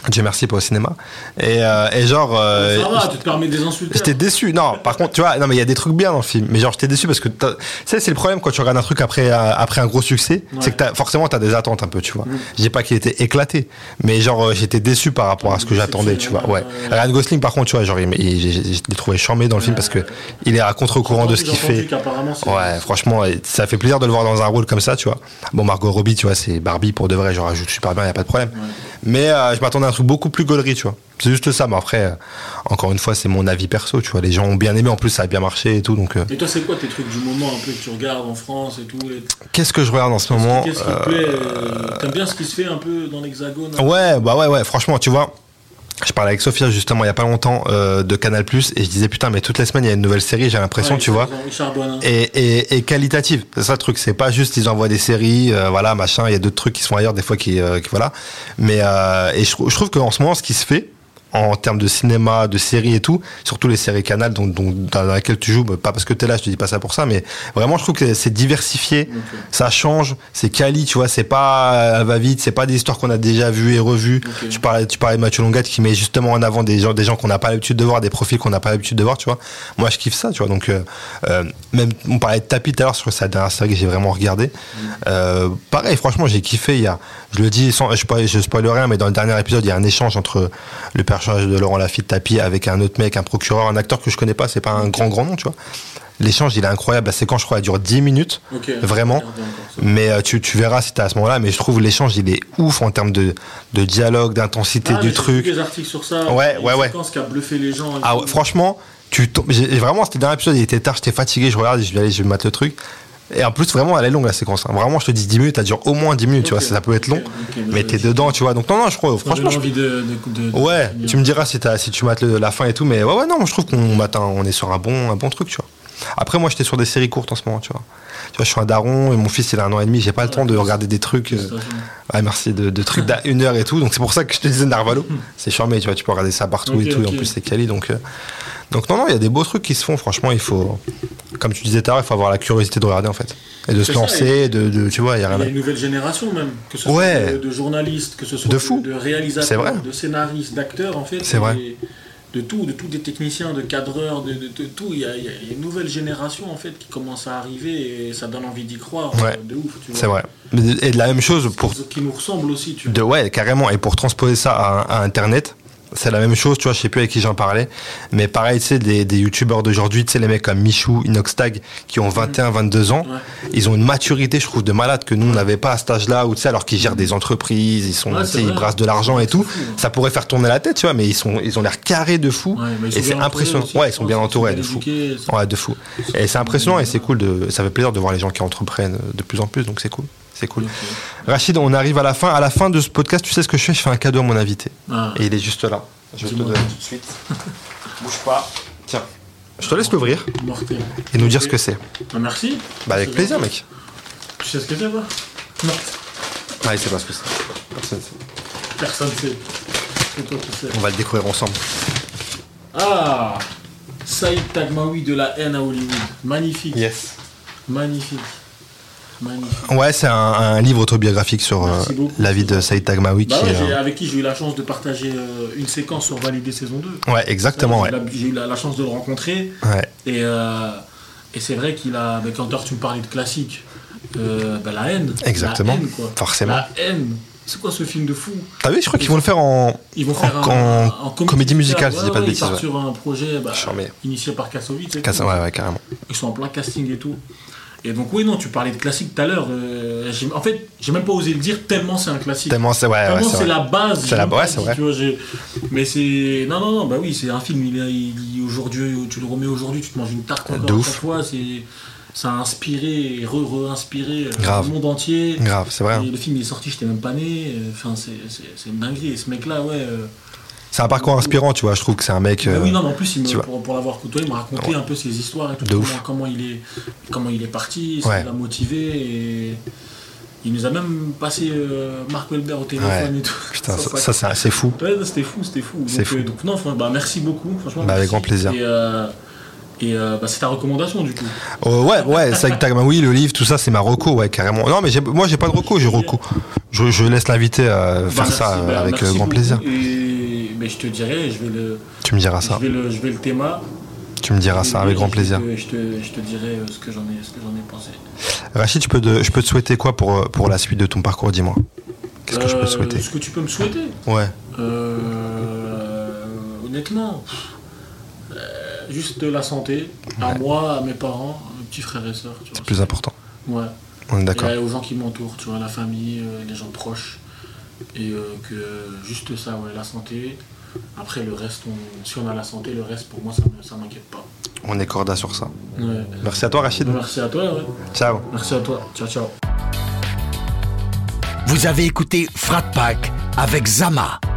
Dieu merci, pas au cinéma. Et genre. Ça va, tu te permets des insultes. J'étais déçu. Non, par contre, tu vois, non, mais il y a des trucs bien dans le film. Mais genre, j'étais déçu parce que, tu sais, c'est le problème quand tu regardes un truc après un gros succès. Ouais. C'est que forcément, t'as des attentes un peu, tu vois. Je dis pas qu'il était éclaté. Mais genre, j'étais déçu par rapport à ce que j'attendais, tu vois. Ouais. Ryan Gosling, par contre, tu vois, genre, je l'ai trouvé charmé dans le film parce que il est à contre-courant de ce qu'il fait. Ouais, franchement, ça fait plaisir de le voir dans un rôle comme ça, tu vois. Bon, Margot Robbie, tu vois, c'est Barbie pour de vrai. Genre, elle joue super bien, y a pas de problème. Mais je m'attendais à un truc beaucoup plus gaulerie, tu vois. C'est juste ça, mais après, encore une fois, c'est mon avis perso, tu vois. Les gens ont bien aimé, en plus, ça a bien marché et tout. Donc, Et toi, c'est quoi tes trucs du moment un peu que tu regardes en France et tout Qu'est-ce que je regarde en ce moment? Qu'est-ce qui te plaît T'aimes bien ce qui se fait un peu dans l'Hexagone? Ouais, franchement, tu vois. Je parlais avec Sophia justement il y a pas longtemps de Canal+, et je disais putain mais toutes les semaines il y a une nouvelle série, j'ai l'impression, tu vois, et qualitative. C'est ça le truc, c'est pas juste ils envoient des séries, voilà machin, il y a d'autres trucs qui sont ailleurs des fois qui voilà. Mais et je trouve qu'en ce moment ce qui se fait en termes de cinéma, de séries et tout, surtout les séries Canal dans laquelle tu joues, pas parce que t'es là, je te dis pas ça pour ça, mais vraiment je trouve que c'est diversifié, ça change, c'est quali, tu vois, c'est pas va vite, c'est pas des histoires qu'on a déjà vues et revues. Tu parlais de Mathieu Longat qui met justement en avant des gens qu'on n'a pas l'habitude de voir, des profils qu'on n'a pas l'habitude de voir, tu vois. Moi je kiffe ça, tu vois, donc même on parlait de Tapi tout à l'heure sur sa dernière série que j'ai vraiment regardé. Pareil, franchement j'ai kiffé. Je le dis sans, je spoil rien, mais dans le dernier épisode il y a un échange entre le personnage de Laurent Lafitte Tapi avec un autre mec, un procureur, un acteur que je connais pas, c'est pas un grand nom, tu vois. L'échange il est incroyable, la séquence je crois elle dure 10 minutes, vraiment, mais tu verras si t'es à ce moment là, mais je trouve l'échange il est ouf en termes de dialogue, d'intensité du truc. J'ai vu des articles sur ça, ouais. séquence qui a bluffé les gens. Franchement, vraiment c'était le dernier épisode, il était tard, j'étais fatigué, je regarde et je vais me mettre le truc. Et en plus, vraiment, elle est longue la séquence. Vraiment, je te dis 10 minutes, elle dure au moins 10 minutes, tu vois. Ça peut être long, mais t'es dedans, tu vois. Donc, non, je crois, franchement. J'ai envie ouais, tu me diras si tu mates la fin et tout, mais ouais, non, je trouve on est sur un bon truc, tu vois. Après, moi, j'étais sur des séries courtes en ce moment, tu vois. Tu vois, je suis un daron et mon fils, il a 1 an et demi, j'ai pas le temps de regarder des trucs. Ouais, merci, de trucs d'1 heure et tout. Donc, c'est pour ça que je te disais Narvalo. C'est charmé, tu vois, tu peux regarder ça partout et tout. Et en plus, c'est quali, donc non, il y a des beaux trucs qui se font, franchement, il faut, comme tu disais tout à l'heure, il faut avoir la curiosité de regarder en fait. Et de se lancer, tu vois, il y a rien. Il y a une nouvelle génération même, que ce soit de journalistes, que ce soit de réalisateurs, de scénaristes, d'acteurs en fait. C'est vrai. De tous des techniciens, de cadreurs, de tout. Il y a une nouvelle génération en fait qui commence à arriver et ça donne envie d'y croire. De ouf, tu vois. C'est vrai. Et de la même chose pour. Qui nous ressemble aussi, tu vois. Ouais, carrément. Et pour transposer ça à Internet. C'est la même chose, tu vois, je sais plus avec qui j'en parlais, mais pareil, tu sais, des youtubeurs d'aujourd'hui, tu sais, les mecs comme Michou, Inoxtag, qui ont 21, 22 ans, ils ont une maturité, je trouve, de malade que nous, on n'avait pas à cet âge-là, ou tu sais, alors qu'ils gèrent des entreprises, ils brassent de l'argent et tout, fou, ça pourrait faire tourner la tête, tu vois, mais ils ont l'air carrés de fou, et c'est impressionnant. Aussi, ils sont bien entourés, de fou. Ouais, de fou. Et c'est impressionnant, et c'est cool, ça fait plaisir de voir les gens qui entreprennent de plus en plus, donc c'est cool. C'est cool. Rachid, on arrive à la fin. À la fin de ce podcast, tu sais ce que je fais? Je fais un cadeau à mon invité. Et il est juste là. Je vais te le donner tout de suite. Bouge pas. Tiens. Je te laisse l'ouvrir. Et nous dire ce que c'est. Merci. Avec plaisir, mec. Tu sais ce que c'est, toi? Non. Il sait pas ce que c'est. Personne sait. C'est toi qui sais. On va le découvrir ensemble. Saïd Taghmaoui de La haine à Hollywood. Magnifique. Yes. Magnifique. Ouais, c'est un livre autobiographique sur la vie de Saïd Taghmaoui. Avec qui j'ai eu la chance de partager une séquence sur Validé saison 2. Ouais, exactement. J'ai eu la chance de le rencontrer. Ouais. Et c'est vrai qu'il a. Quand tu me parlais de classique, La haine. Exactement. La haine, quoi. Forcément. La haine. C'est quoi ce film de fou? T'as vu, je crois qu'ils vont le faire en comédie musicale, si je dis pas de bêtises. Ils partent sur un projet initié par Kassovitz. Ouais, carrément. Ils sont en plein casting et tout. Et donc tu parlais de classique tout à l'heure. En fait, j'ai même pas osé le dire tellement c'est un classique. Tellement c'est la base. C'est la base, c'est vrai. Tu vois, mais c'est oui, c'est un film. Il aujourd'hui, tu le remets aujourd'hui, tu te manges une tarte encore à chaque fois. Ça a inspiré et re-inspiré le monde entier. Grave, c'est vrai. Et le film il est sorti, j'étais même pas né. Enfin, c'est une dinguerie. Et ce mec-là, c'est un parcours inspirant, tu vois, je trouve que c'est un mec... oui, non, mais en plus, pour l'avoir côtoyé, il m'a raconté un peu ses histoires et tout, comment il est parti, ce qui l'a motivé, et il nous a même passé Marc Welber au téléphone et tout. Putain, ça c'est assez fou. Ouais, c'était fou. C'est fou. Donc non, merci beaucoup, franchement. Avec grand plaisir. Et c'est ta recommandation du coup. Ouais, c'est vrai que oui, le livre, tout ça, c'est ma reco, ouais, carrément. Non, mais moi, j'ai pas de reco, j'ai reco. Je laisse l'invité faire ça avec grand plaisir. Mais je te dirai, Tu me diras ça. Je vais le théma. Tu me diras ça avec grand plaisir. Je te dirai ce que j'en ai pensé. Rachid, je peux te souhaiter quoi pour la suite de ton parcours, dis-moi. Qu'est-ce que je peux te souhaiter? Ce que tu peux me souhaiter. Ouais. Honnêtement, juste de la santé, à moi, à mes parents, à mes petits frères et sœurs. C'est plus important. Ouais. On est d'accord. Et aux gens qui m'entourent, tu vois, la famille, les gens proches. Et que juste ça, ouais, la santé. Après, le reste, si on a la santé, le reste, pour moi, ça m'inquiète pas. On est corda sur ça. Ouais. Merci à toi, Rachid. Merci à toi, ouais. Ciao. Merci à toi. Ciao, ciao. Vous avez écouté Frat Pack avec Zama.